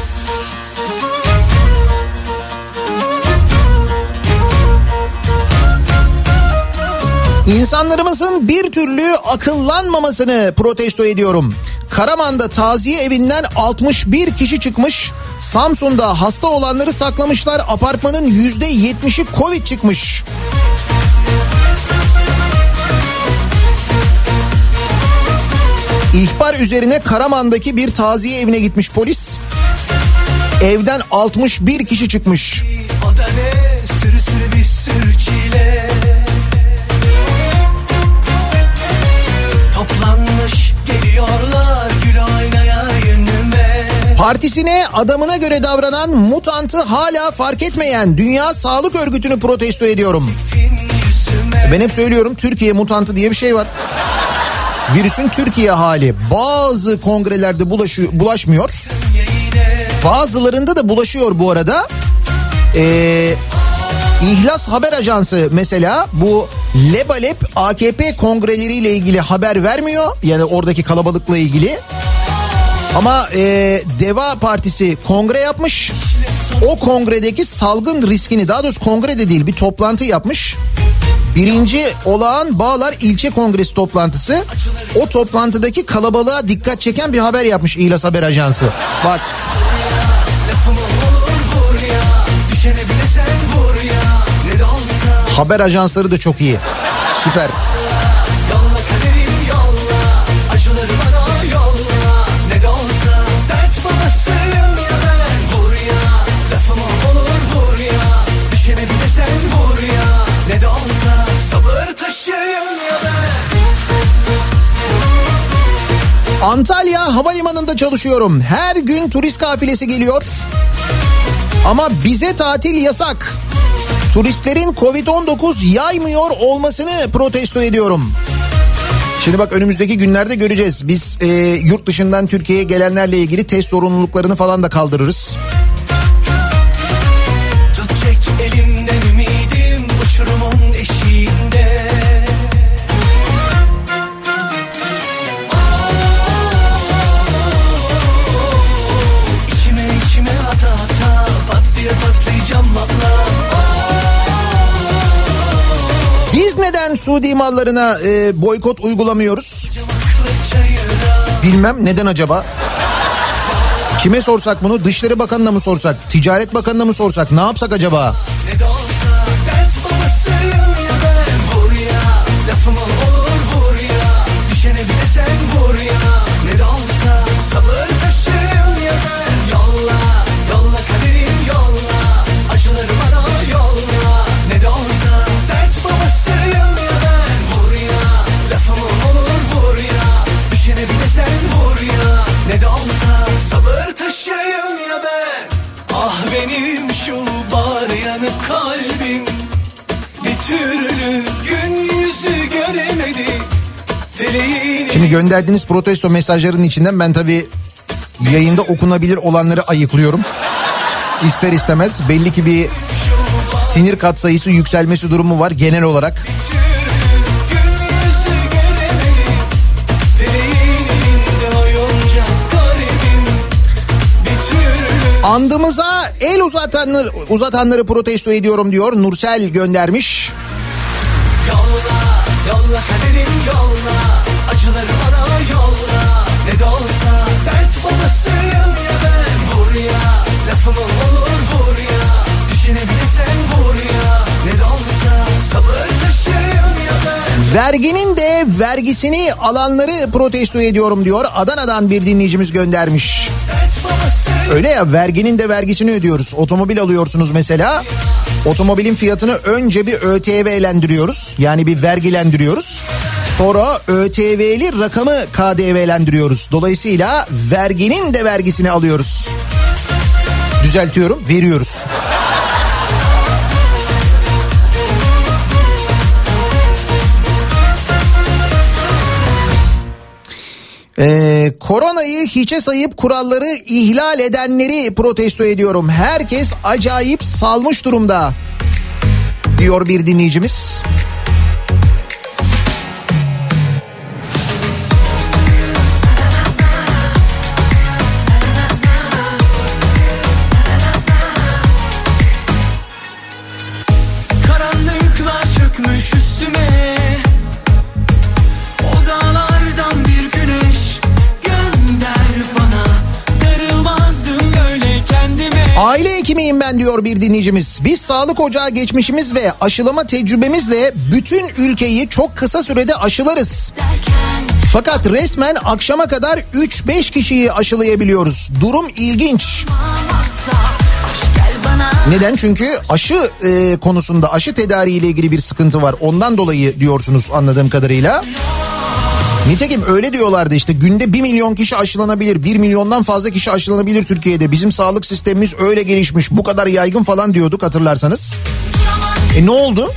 İnsanlarımızın bir türlü akıllanmamasını protesto ediyorum. Karaman'da taziye evinden 61 kişi çıkmış. Samsun'da hasta olanları saklamışlar. Apartmanın %70'i Covid çıkmış. İhbar üzerine Karaman'daki bir taziye evine gitmiş polis. Evden 61 kişi çıkmış. O da ne sürü sürü bir sürü çile. Toplanmış geliyorlar gül oynaya yönüme. Partisine adamına göre davranan mutantı hala fark etmeyen Dünya Sağlık Örgütü'nü protesto ediyorum. Ben hep söylüyorum, Türkiye mutantı diye bir şey var. Virüsün Türkiye hali. Bazı kongrelerde bulaşmıyor. Bazılarında da bulaşıyor bu arada. İhlas Haber Ajansı mesela bu Lebalep AKP kongreleriyle ilgili haber vermiyor. Yani oradaki kalabalıkla ilgili. Ama Deva Partisi kongre yapmış. O kongredeki salgın riskini, daha doğrusu kongrede değil bir toplantı yapmış. 1. Olağan Bağlar İlçe Kongresi toplantısı. O toplantıdaki kalabalığa dikkat çeken bir haber yapmış İhlas Haber Ajansı. Bak. Haber ajansları da çok iyi. Süper. Yolla kaderim yolla, acıları bana yolla. Ne de olsa dert babasıyım ya ben. Vur ya, lafıma olur vur ya. Düşene bir de sen vur ya. Ne de olsa sabır taşıyım ya ben. Antalya Havalimanı'nda çalışıyorum. Her gün turist kafilesi geliyor. Ama bize tatil yasak. Turistlerin Covid-19 yaymıyor olmasını protesto ediyorum. Şimdi bak önümüzdeki günlerde göreceğiz. Biz yurt dışından Türkiye'ye gelenlerle ilgili test zorunluluklarını falan da kaldırırız. Tutacak elimden ümidim uçurumun eşiğinde. İçime ata ata pat diye patlayacağım valla. Biz neden Suudi mallarına boykot uygulamıyoruz? Bilmem neden acaba? Kime sorsak bunu? Dışişleri Bakanı'na mı sorsak? Ticaret Bakanı'na mı sorsak? Ne yapsak acaba? Ne de olsa dert babasıyım ya ben. Vur ya, lafıma olur vur ya. Düşene bir de sen vur ya. Ne de olsa sabır taşıyım ya ben. Yolla, yolla kaderim yolla. Acıları bana yolla. Ne de olsa dert babasıyım ya ben. Vur ya, lafıma olur vur ya. Düşene bir de sen vur ya. Ne de olsa sabır taşıyım ya ben. Ah benim şu bar yanık kalbim bir türlü gün yüzü göremedi. Şimdi gönderdiğiniz protesto mesajlarının içinden ben tabii yayında okunabilir olanları ayıklıyorum. İster istemez belli ki bir sinir katsayısı yükselmesi durumu var genel olarak. Andımıza el uzatanları protesto ediyorum diyor. Nursel göndermiş. Yolla, yolla kaderim yolla. Acıları bana yolla. Ne de olsa dert babasıyım ya ben. Vur ya, lafıma olur vur ya. Düşene bir de sen vur ya. Ne de olsa sabır taşıyım ya ben. Verginin de vergisini alanları protesto ediyorum diyor. Adana'dan bir dinleyicimiz göndermiş. Öyle ya, verginin de vergisini ödüyoruz. Otomobil alıyorsunuz mesela. Otomobilin fiyatını önce bir ÖTV'lendiriyoruz. Yani bir vergilendiriyoruz. Sonra ÖTV'li rakamı KDV'lendiriyoruz. Dolayısıyla verginin de vergisini alıyoruz. Düzeltiyorum, veriyoruz. Koronayı hiçe sayıp kuralları ihlal edenleri protesto ediyorum. Herkes acayip salmış durumda diyor bir dinleyicimiz. Karanlıklar çökmüş üstüme. Aile hekimiyim ben diyor bir dinleyicimiz. Biz sağlık ocağı geçmişimiz ve aşılama tecrübemizle bütün ülkeyi çok kısa sürede aşılarız. Fakat resmen akşama kadar 3-5 kişiyi aşılayabiliyoruz. Durum ilginç. Neden? Çünkü aşı konusunda, aşı tedariğiyle ilgili bir sıkıntı var. Ondan dolayı diyorsunuz anladığım kadarıyla. Nitekim öyle diyorlardı işte, günde 1 milyon kişi aşılanabilir, 1 milyondan fazla kişi aşılanabilir Türkiye'de. Bizim sağlık sistemimiz öyle gelişmiş, bu kadar yaygın falan diyorduk hatırlarsanız. Ne oldu?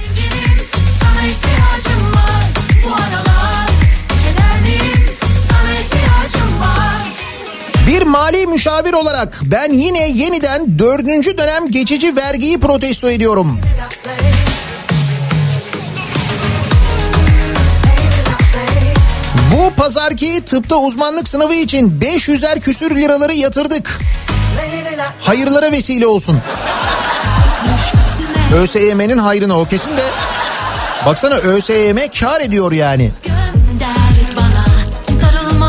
Bir mali müşavir olarak ben yine yeniden 4. dönem geçici vergiyi protesto ediyorum. Bu pazarki tıpta uzmanlık sınavı için 500'er küsür liraları yatırdık. Hayırlara vesile olsun. ÖSYM'nin hayrına, o kesin de. Baksana, ÖSYM kar ediyor yani.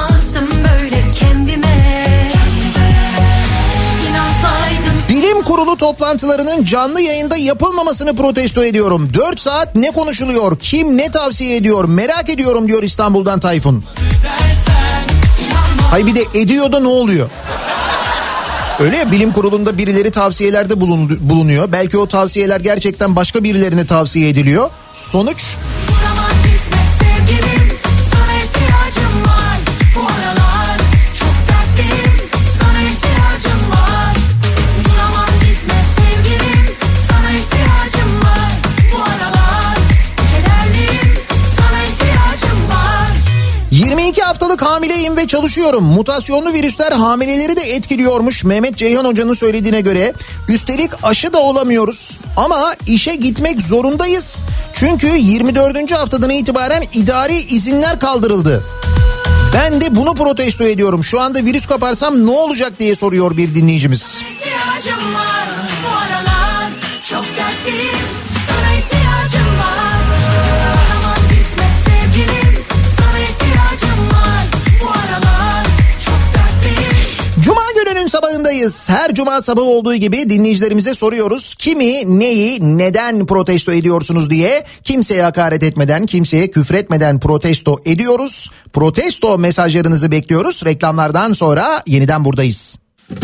Bilim Kurulu konu toplantılarının canlı yayında yapılmamasını protesto ediyorum. 4 saat ne konuşuluyor? Kim ne tavsiye ediyor? Merak ediyorum diyor İstanbul'dan Tayfun. Hay bir de ediyor da ne oluyor? Öyle ya, bilim kurulunda birileri tavsiyelerde bulunuyor. Belki o tavsiyeler gerçekten başka birilerine tavsiye ediliyor. Sonuç... haftalık hamileyim ve çalışıyorum. Mutasyonlu virüsler hamileleri de etkiliyormuş Mehmet Ceyhan Hoca'nın söylediğine göre. Üstelik aşı da olamıyoruz ama işe gitmek zorundayız. Çünkü 24. haftadan itibaren idari izinler kaldırıldı. Ben de bunu protesto ediyorum. Şu anda virüs kaparsam ne olacak diye soruyor bir dinleyicimiz. İhtiyacım var bu aralar, çok dertliyim, sana ihtiyacım var. Aman gitme sevgilim, sana ihtiyacım var bu aralar, çok dertliyim. Cuma gününün sabahındayız. Her cuma sabahı olduğu gibi dinleyicilerimize soruyoruz. Kimi, neyi, neden protesto ediyorsunuz diye. Kimseye hakaret etmeden, kimseye küfretmeden protesto ediyoruz. Protesto mesajlarınızı bekliyoruz. Reklamlardan sonra yeniden buradayız.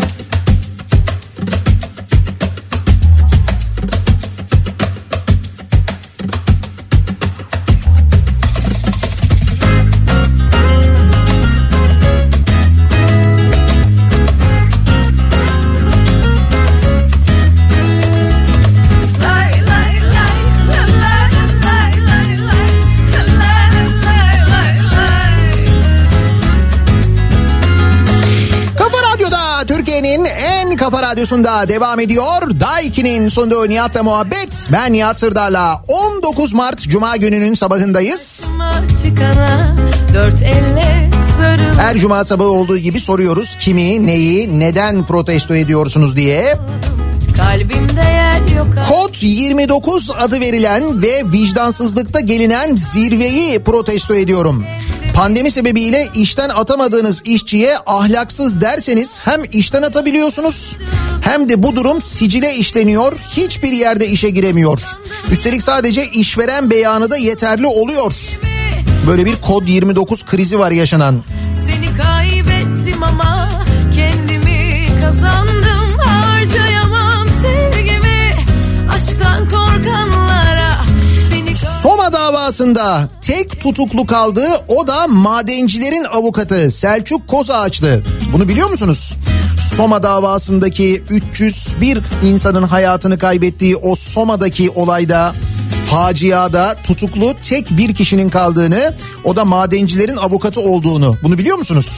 Kafa Radyosu'nda devam ediyor. Daiki'nin sunduğu Nihat'la muhabbet. Ben Nihat Sırdar'la 19 Mart Cuma gününün sabahındayız. Her cuma sabahı olduğu gibi soruyoruz. Kimi, neyi, neden protesto ediyorsunuz diye. Kalbimde yer yok. Kod 29 adı verilen ve vicdansızlıkta gelinen zirveyi protesto ediyorum. Pandemi sebebiyle işten atamadığınız işçiye ahlaksız derseniz hem işten atabiliyorsunuz hem de bu durum sicile işleniyor, hiçbir yerde işe giremiyor. Üstelik sadece işveren beyanı da yeterli oluyor. Böyle bir kod 29 krizi var yaşanan. Seni kaybettim ama kendimi kazandım, harcayamam sevgimi aşktan korkanlara. Soma davasında tek tutuklu kaldı, o da madencilerin avukatı Selçuk Kozağaçlı. Bunu biliyor musunuz? Soma davasındaki 301 insanın hayatını kaybettiği o Soma'daki olayda, faciada tutuklu tek bir kişinin kaldığını, o da madencilerin avukatı olduğunu, bunu biliyor musunuz?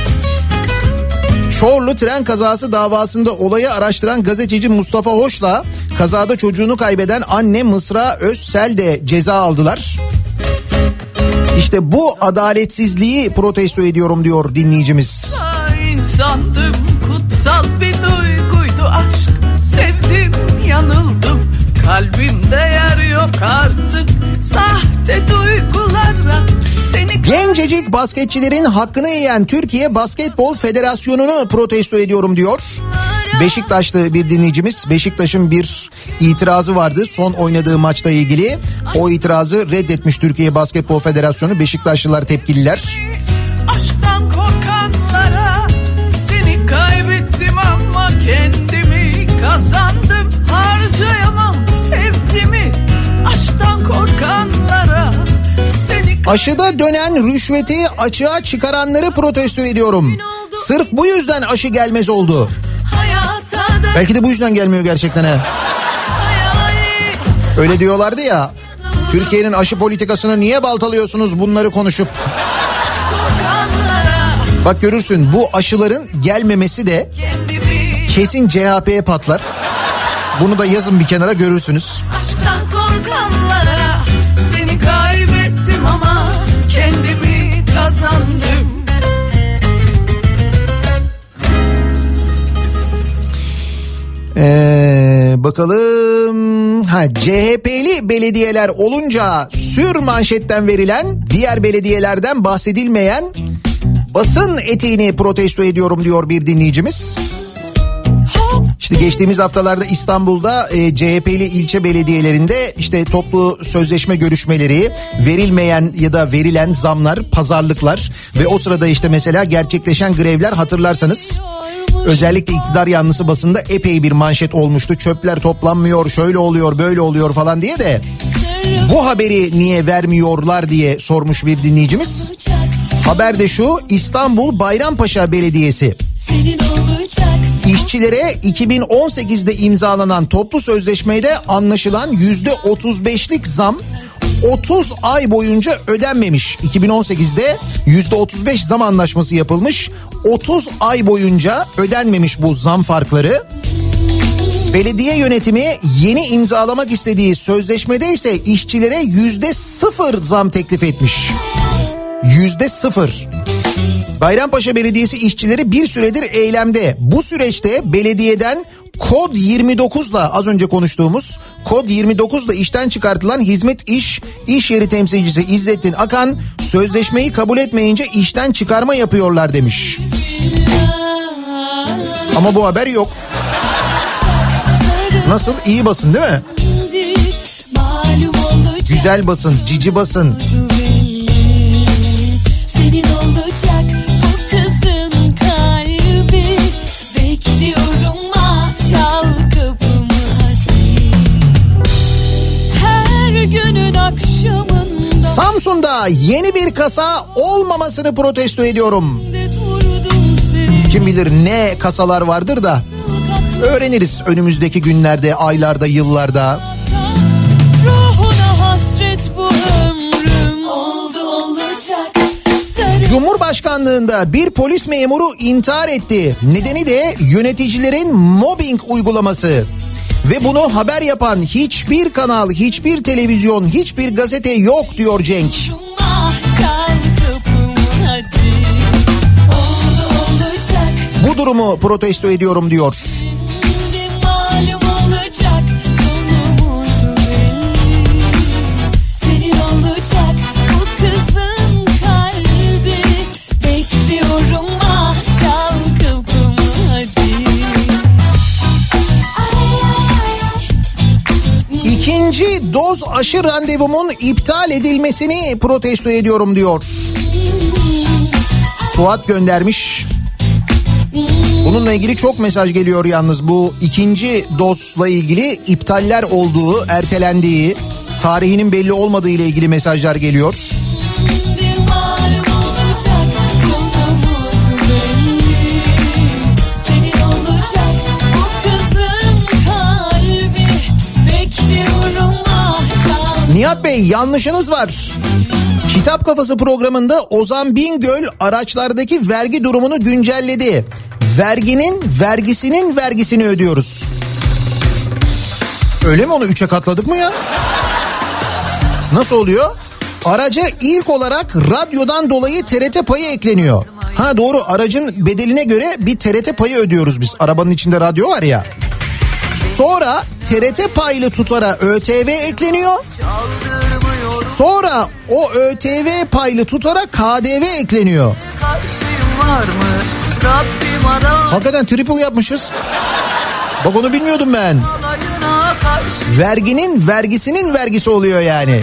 Çorlu tren kazası davasında olayı araştıran gazeteci Mustafa Hoş'la kazada çocuğunu kaybeden anne Mısra Özsel de ceza aldılar. İşte bu adaletsizliği protesto ediyorum diyor dinleyicimiz. İnsandım, kutsal bir duyguydu aşk, sevdim, yanıldım, kalbimde yer yok artık sahte duygulara. Gencecik basketçilerin hakkını yiyen Türkiye Basketbol Federasyonu'nu protesto ediyorum diyor. Beşiktaşlı bir dinleyicimiz. Beşiktaş'ın bir itirazı vardı son oynadığı maçla ilgili. O itirazı reddetmiş Türkiye Basketbol Federasyonu. Beşiktaşlılar tepkililer. Aşktan korkanlara seni kaybettim ama kendimi kazandım, harcayamam sevgimi aşktan korkanlara. Aşıda dönen rüşveti açığa çıkaranları protesto ediyorum. Sırf bu yüzden aşı gelmez oldu. Belki de bu yüzden gelmiyor gerçekten ha. Öyle diyorlardı ya. Türkiye'nin aşı politikasını niye baltalıyorsunuz bunları konuşup. Bak görürsün, bu aşıların gelmemesi de kesin CHP'ye patlar. Bunu da yazın bir kenara, görürsünüz. Aşktan korkanlara seni kaybettim ama kendimi kazandım. Bakalım. CHP'li belediyeler olunca sür manşetten verilen, diğer belediyelerden bahsedilmeyen basın etiğini protesto ediyorum diyor bir dinleyicimiz. İşte geçtiğimiz haftalarda İstanbul'da CHP'li ilçe belediyelerinde işte toplu sözleşme görüşmeleri, verilmeyen ya da verilen zamlar, pazarlıklar ve o sırada işte mesela gerçekleşen grevler, hatırlarsanız özellikle iktidar yanlısı basında epey bir manşet olmuştu. Çöpler toplanmıyor, şöyle oluyor, böyle oluyor falan diye de bu haberi niye vermiyorlar diye sormuş bir dinleyicimiz. Haber de şu: İstanbul Bayrampaşa Belediyesi işçilere 2018'de imzalanan toplu sözleşmede anlaşılan %35'lik zam 30 ay boyunca ödenmemiş. 2018'de %35 zam anlaşması yapılmış. 30 ay boyunca ödenmemiş bu zam farkları. Belediye yönetimi yeni imzalamak istediği sözleşmede ise işçilere %0 zam teklif etmiş. %0. Bayrampaşa Belediyesi işçileri bir süredir eylemde. Bu süreçte belediyeden Kod 29'la, az önce konuştuğumuz Kod 29'la işten çıkartılan hizmet iş yeri temsilcisi İzzettin Akan sözleşmeyi kabul etmeyince işten çıkarma yapıyorlar demiş. Ama bu haber yok. Nasıl? İyi basın değil mi? Güzel basın, cici basın. Senin olacak bu kızın kalbi, bekliyorum çal kapımı hadi. Her günün akşamında Samsun'da yeni bir kasa olmamasını protesto ediyorum. Kim bilir ne kasalar vardır da öğreniriz önümüzdeki günlerde, aylarda, yıllarda. Ruhuna hasret bu ömrüm oldu olacak. Cumhurbaşkanlığında bir polis memuru intihar etti. Nedeni de yöneticilerin mobbing uygulaması. Ve bunu haber yapan hiçbir kanal, hiçbir televizyon, hiçbir gazete yok diyor Cenk. Bu durumu protesto ediyorum diyor. İkinci doz aşı randevumun iptal edilmesini protesto ediyorum diyor. Suat göndermiş. Bununla ilgili çok mesaj geliyor yalnız. Bu ikinci dozla ilgili iptaller olduğu, ertelendiği, tarihinin belli olmadığı ile ilgili mesajlar geliyor. Nihat Bey, yanlışınız var. Kitap Kafası programında Ozan Bingöl araçlardaki vergi durumunu güncelledi. Verginin vergisini ödüyoruz. Öyle mi, onu 3'e katladık mı ya? Nasıl oluyor? Araca ilk olarak radyodan dolayı TRT payı ekleniyor. Ha doğru, aracın bedeline göre bir TRT payı ödüyoruz biz. Arabanın içinde radyo var ya. Sonra TRT paylı tutara ÖTV ekleniyor. Sonra o ÖTV paylı tutara KDV ekleniyor. Hakikaten triple yapmışız. Bak, onu bilmiyordum ben. Verginin vergisi oluyor yani.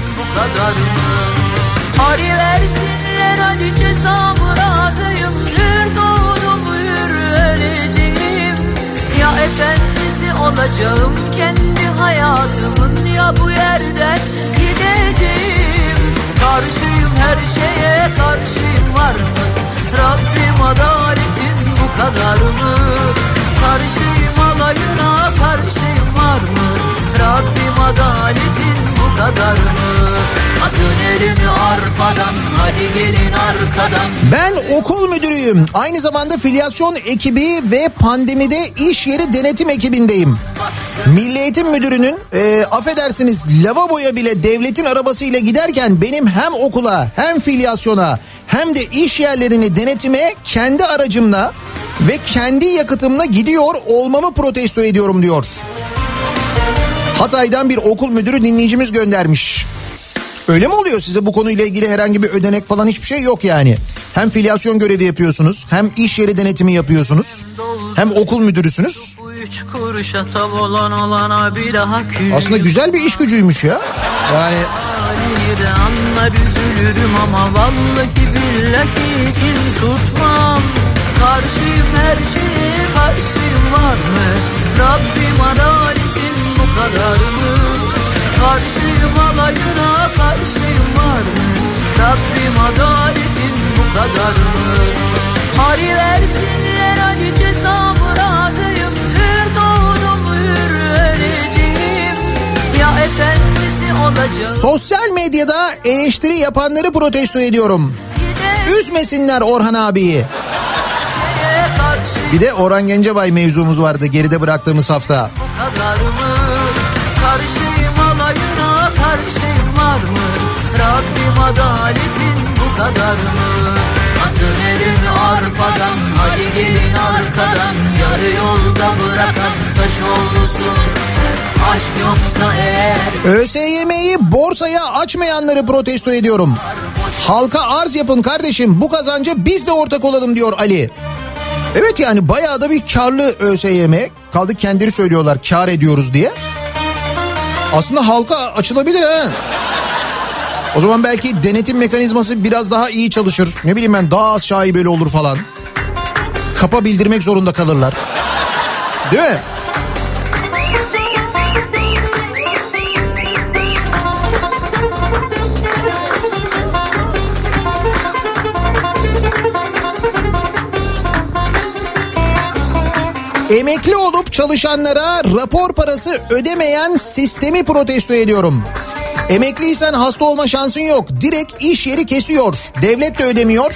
Hadi versinler hadi cezamı, razıyım. Hür doğdum hür öleceğim. Ya efendisi olacağım kendi hayatımın, ya bu yerden gideceğim. Karşıyım her şeye, karşıyım, var mı Rabbim adaletin bu kadar mı? Karşıyım alayına, karşıyım, var mı Rabbim adaletin bu kadar mı? Atın elini arpadan, hadi gelin arkadan. Ben okul müdürüyüm. Aynı zamanda filyasyon ekibi ve pandemide iş yeri denetim ekibindeyim. Milli Eğitim Müdürü'nün affedersiniz lavaboya bile devletin arabasıyla giderken benim hem okula hem filyasyona hem de iş yerlerini denetime kendi aracımla ve kendi yakıtımla gidiyor olmamı protesto ediyorum diyor. Hatay'dan bir okul müdürü dinleyicimiz göndermiş. Öyle mi oluyor, size bu konuyla ilgili herhangi bir ödenek falan hiçbir şey yok yani? Hem filyasyon görevi yapıyorsunuz, hem iş yeri denetimi yapıyorsunuz, hem okul müdürüsünüz. Üç kuruşa tav olana bir daha kül. Aslında güzel bir iş gücüymüş ya. Yani halini de anlar üzülürüm ama vallahi billahi kin tutmam. Karşıyım her şeye karşıyım var mı? Rabbim adaletin bu kadar mı? Karşıyım alayına karşıyım var mı? Rabbim adaletin bu kadar mı? Hari versinler hadi cezamı razıyım. Hür doğdum hür öleceğim. Ya efendisi olacağım. sosyal medyada eleştiri yapanları protesto ediyorum. Üzmesinler Orhan abiyi. Bir de Orhan Gencebay mevzumuz vardı geride bıraktığımız hafta. Bu kadar mı? Karşıyım alayına karşıyım var mı? Rabbim adaletin bu kadar mı? Atın elini arpadan hadi gelin arkadan. Yarı yolda bırakan taş olsun. Aşk yoksa eğer. ÖSYM'yi borsaya açmayanları protesto ediyorum. Halka arz yapın kardeşim, bu kazanca biz de ortak olalım diyor Ali. Evet, yani bayağı da bir karlı ÖSYM. Kaldı kendileri söylüyorlar kar ediyoruz diye. Aslında halka açılabilir ha. O zaman belki denetim mekanizması biraz daha iyi çalışır. Ne bileyim ben, daha az şaibeli olur falan. Kapa bildirmek zorunda kalırlar. Değil mi? Emekli olup çalışanlara rapor parası ödemeyen sistemi protesto ediyorum. Emekliysen hasta olma şansın yok. Direkt iş yeri kesiyor. Devlet de ödemiyor.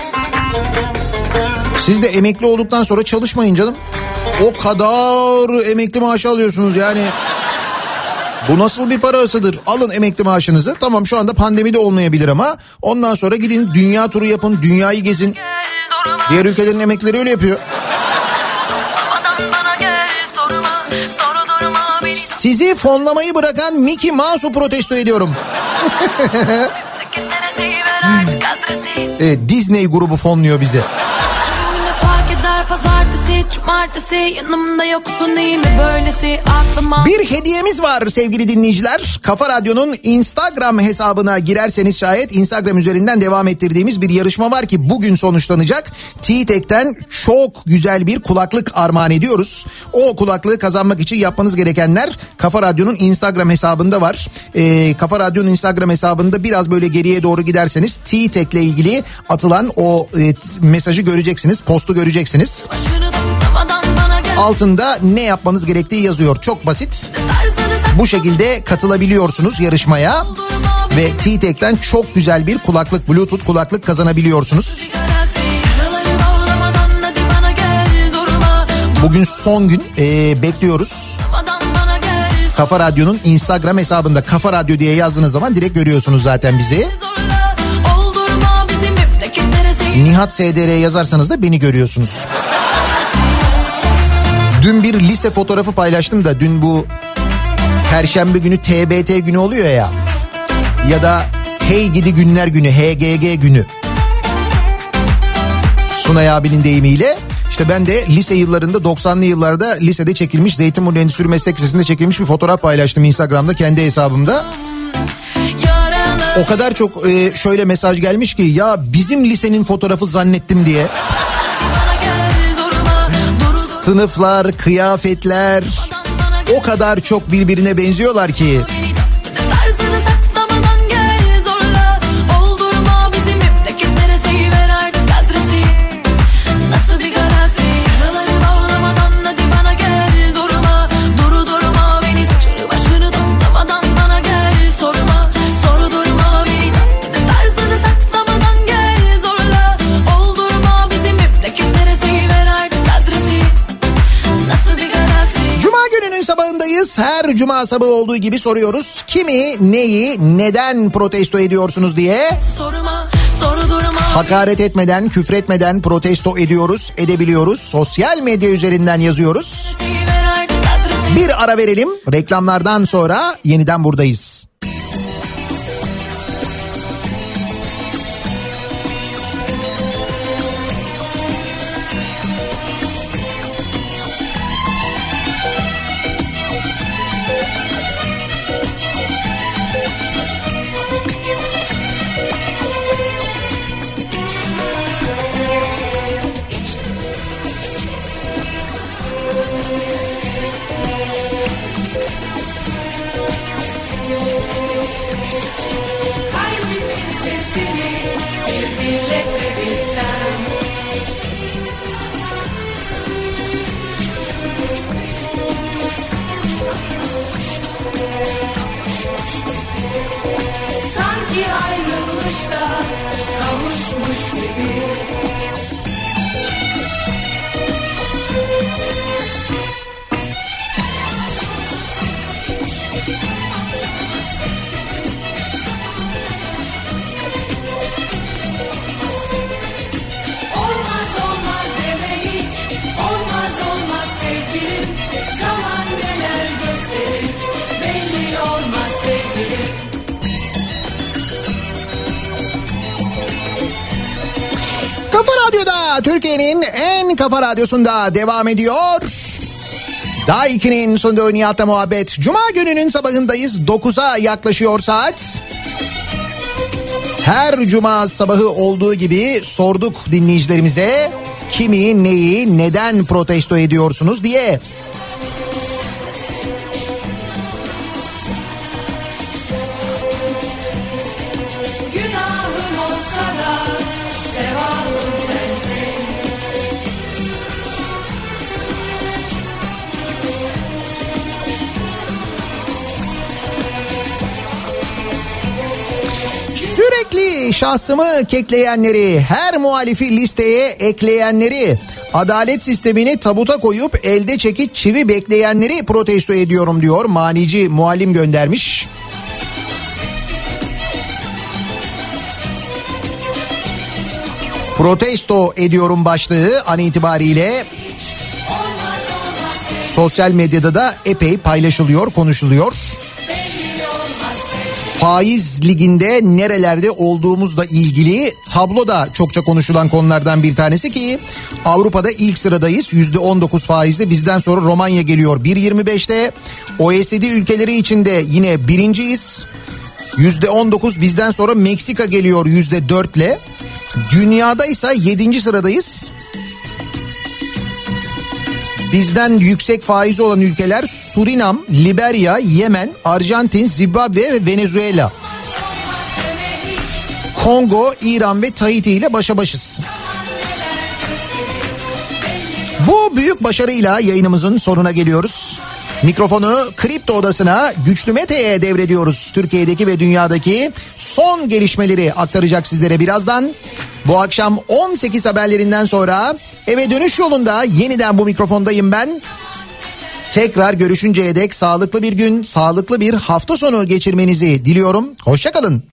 Siz de emekli olduktan sonra çalışmayın canım. O kadar emekli maaşı alıyorsunuz yani. Bu nasıl bir parasıdır? Alın emekli maaşınızı. Tamam, şu anda pandemide olmayabilir ama ondan sonra gidin dünya turu yapın, dünyayı gezin. Diğer ülkelerin emeklileri öyle yapıyor. Sizi fonlamayı bırakan Mickey Mouse'u protesto ediyorum. Evet, Disney grubu fonluyor bizi. Bir hediyemiz var sevgili dinleyiciler. Kafa Radyo'nun Instagram hesabına girerseniz şayet, Instagram üzerinden devam ettirdiğimiz bir yarışma var ki bugün sonuçlanacak. T-Tek'ten çok güzel bir kulaklık armağan ediyoruz. O kulaklığı kazanmak için yapmanız gerekenler Kafa Radyo'nun Instagram hesabında var. Kafa Radyo'nun Instagram hesabında biraz böyle geriye doğru giderseniz T-Tek'le ilgili atılan o mesajı göreceksiniz, postu göreceksiniz. Altında ne yapmanız gerektiği yazıyor. Çok basit. Bu şekilde katılabiliyorsunuz yarışmaya ve T-Tek'ten çok güzel bir kulaklık, Bluetooth kulaklık kazanabiliyorsunuz. Bugün son gün, bekliyoruz. Kafa Radyo'nun Instagram hesabında Kafa Radyo diye yazdığınız zaman direkt görüyorsunuz zaten bizi. Nihat SDR yazarsanız da beni görüyorsunuz. Dün bir lise fotoğrafı paylaştım da, dün bu Perşembe günü TBT günü oluyor ya. Ya da Hey Gidi Günler günü, HGG günü. Sunay abinin deyimiyle. İşte ben de lise yıllarında, 90'lı yıllarda lisede çekilmiş, Zeytinburnu Endüstri Meslek Lisesi'nde çekilmiş bir fotoğraf paylaştım Instagram'da, kendi hesabımda. O kadar çok şöyle mesaj gelmiş ki, ya bizim lisenin fotoğrafı zannettim diye. Sınıflar, kıyafetler o kadar çok birbirine benziyorlar ki. Her cuma sabahı olduğu gibi soruyoruz. Kimi, neyi, neden protesto ediyorsunuz diye. Hakaret etmeden, küfretmeden protesto ediyoruz, edebiliyoruz. Sosyal medya üzerinden yazıyoruz. Bir ara verelim. Reklamlardan sonra yeniden buradayız. Cuma Türkiye'nin en kafa radyosunda devam ediyor. Daiki'nin sunduğu Nihat'la muhabbet. Cuma gününün sabahındayız. 9'a yaklaşıyor saat. Her cuma sabahı olduğu gibi sorduk dinleyicilerimize kimi, neyi, neden protesto ediyorsunuz diye. Günahın olsa da sevabın sensin. Sürekli şahsımı kekleyenleri, her muhalifi listeye ekleyenleri, adalet sistemini tabuta koyup elde çekiç çivi bekleyenleri protesto ediyorum diyor. Manici muallim göndermiş. Protesto ediyorum başlığı an itibariyle sosyal medyada da epey paylaşılıyor, konuşuluyor. Faiz liginde nerelerde olduğumuzla ilgili tablo da çokça konuşulan konulardan bir tanesi ki Avrupa'da ilk sıradayız. %19 faizle, bizden sonra Romanya geliyor 1.25'te. OECD ülkeleri içinde yine birinciyiz. %19, bizden sonra Meksika geliyor %4'le. Dünyada ise 7. sıradayız. Bizden yüksek faizi olan ülkeler Surinam, Liberya, Yemen, Arjantin, Zimbabwe ve Venezuela. Kongo, İran ve Tahiti ile başa başız. Bu büyük başarıyla yayınımızın sonuna geliyoruz. Mikrofonu Kripto Odası'na Güçlü Mete'ye devrediyoruz. Türkiye'deki ve dünyadaki son gelişmeleri aktaracak sizlere birazdan. Bu akşam 18 haberlerinden sonra eve dönüş yolunda yeniden bu mikrofondayım ben. Tekrar görüşünceye dek sağlıklı bir gün, sağlıklı bir hafta sonu geçirmenizi diliyorum. Hoşça kalın.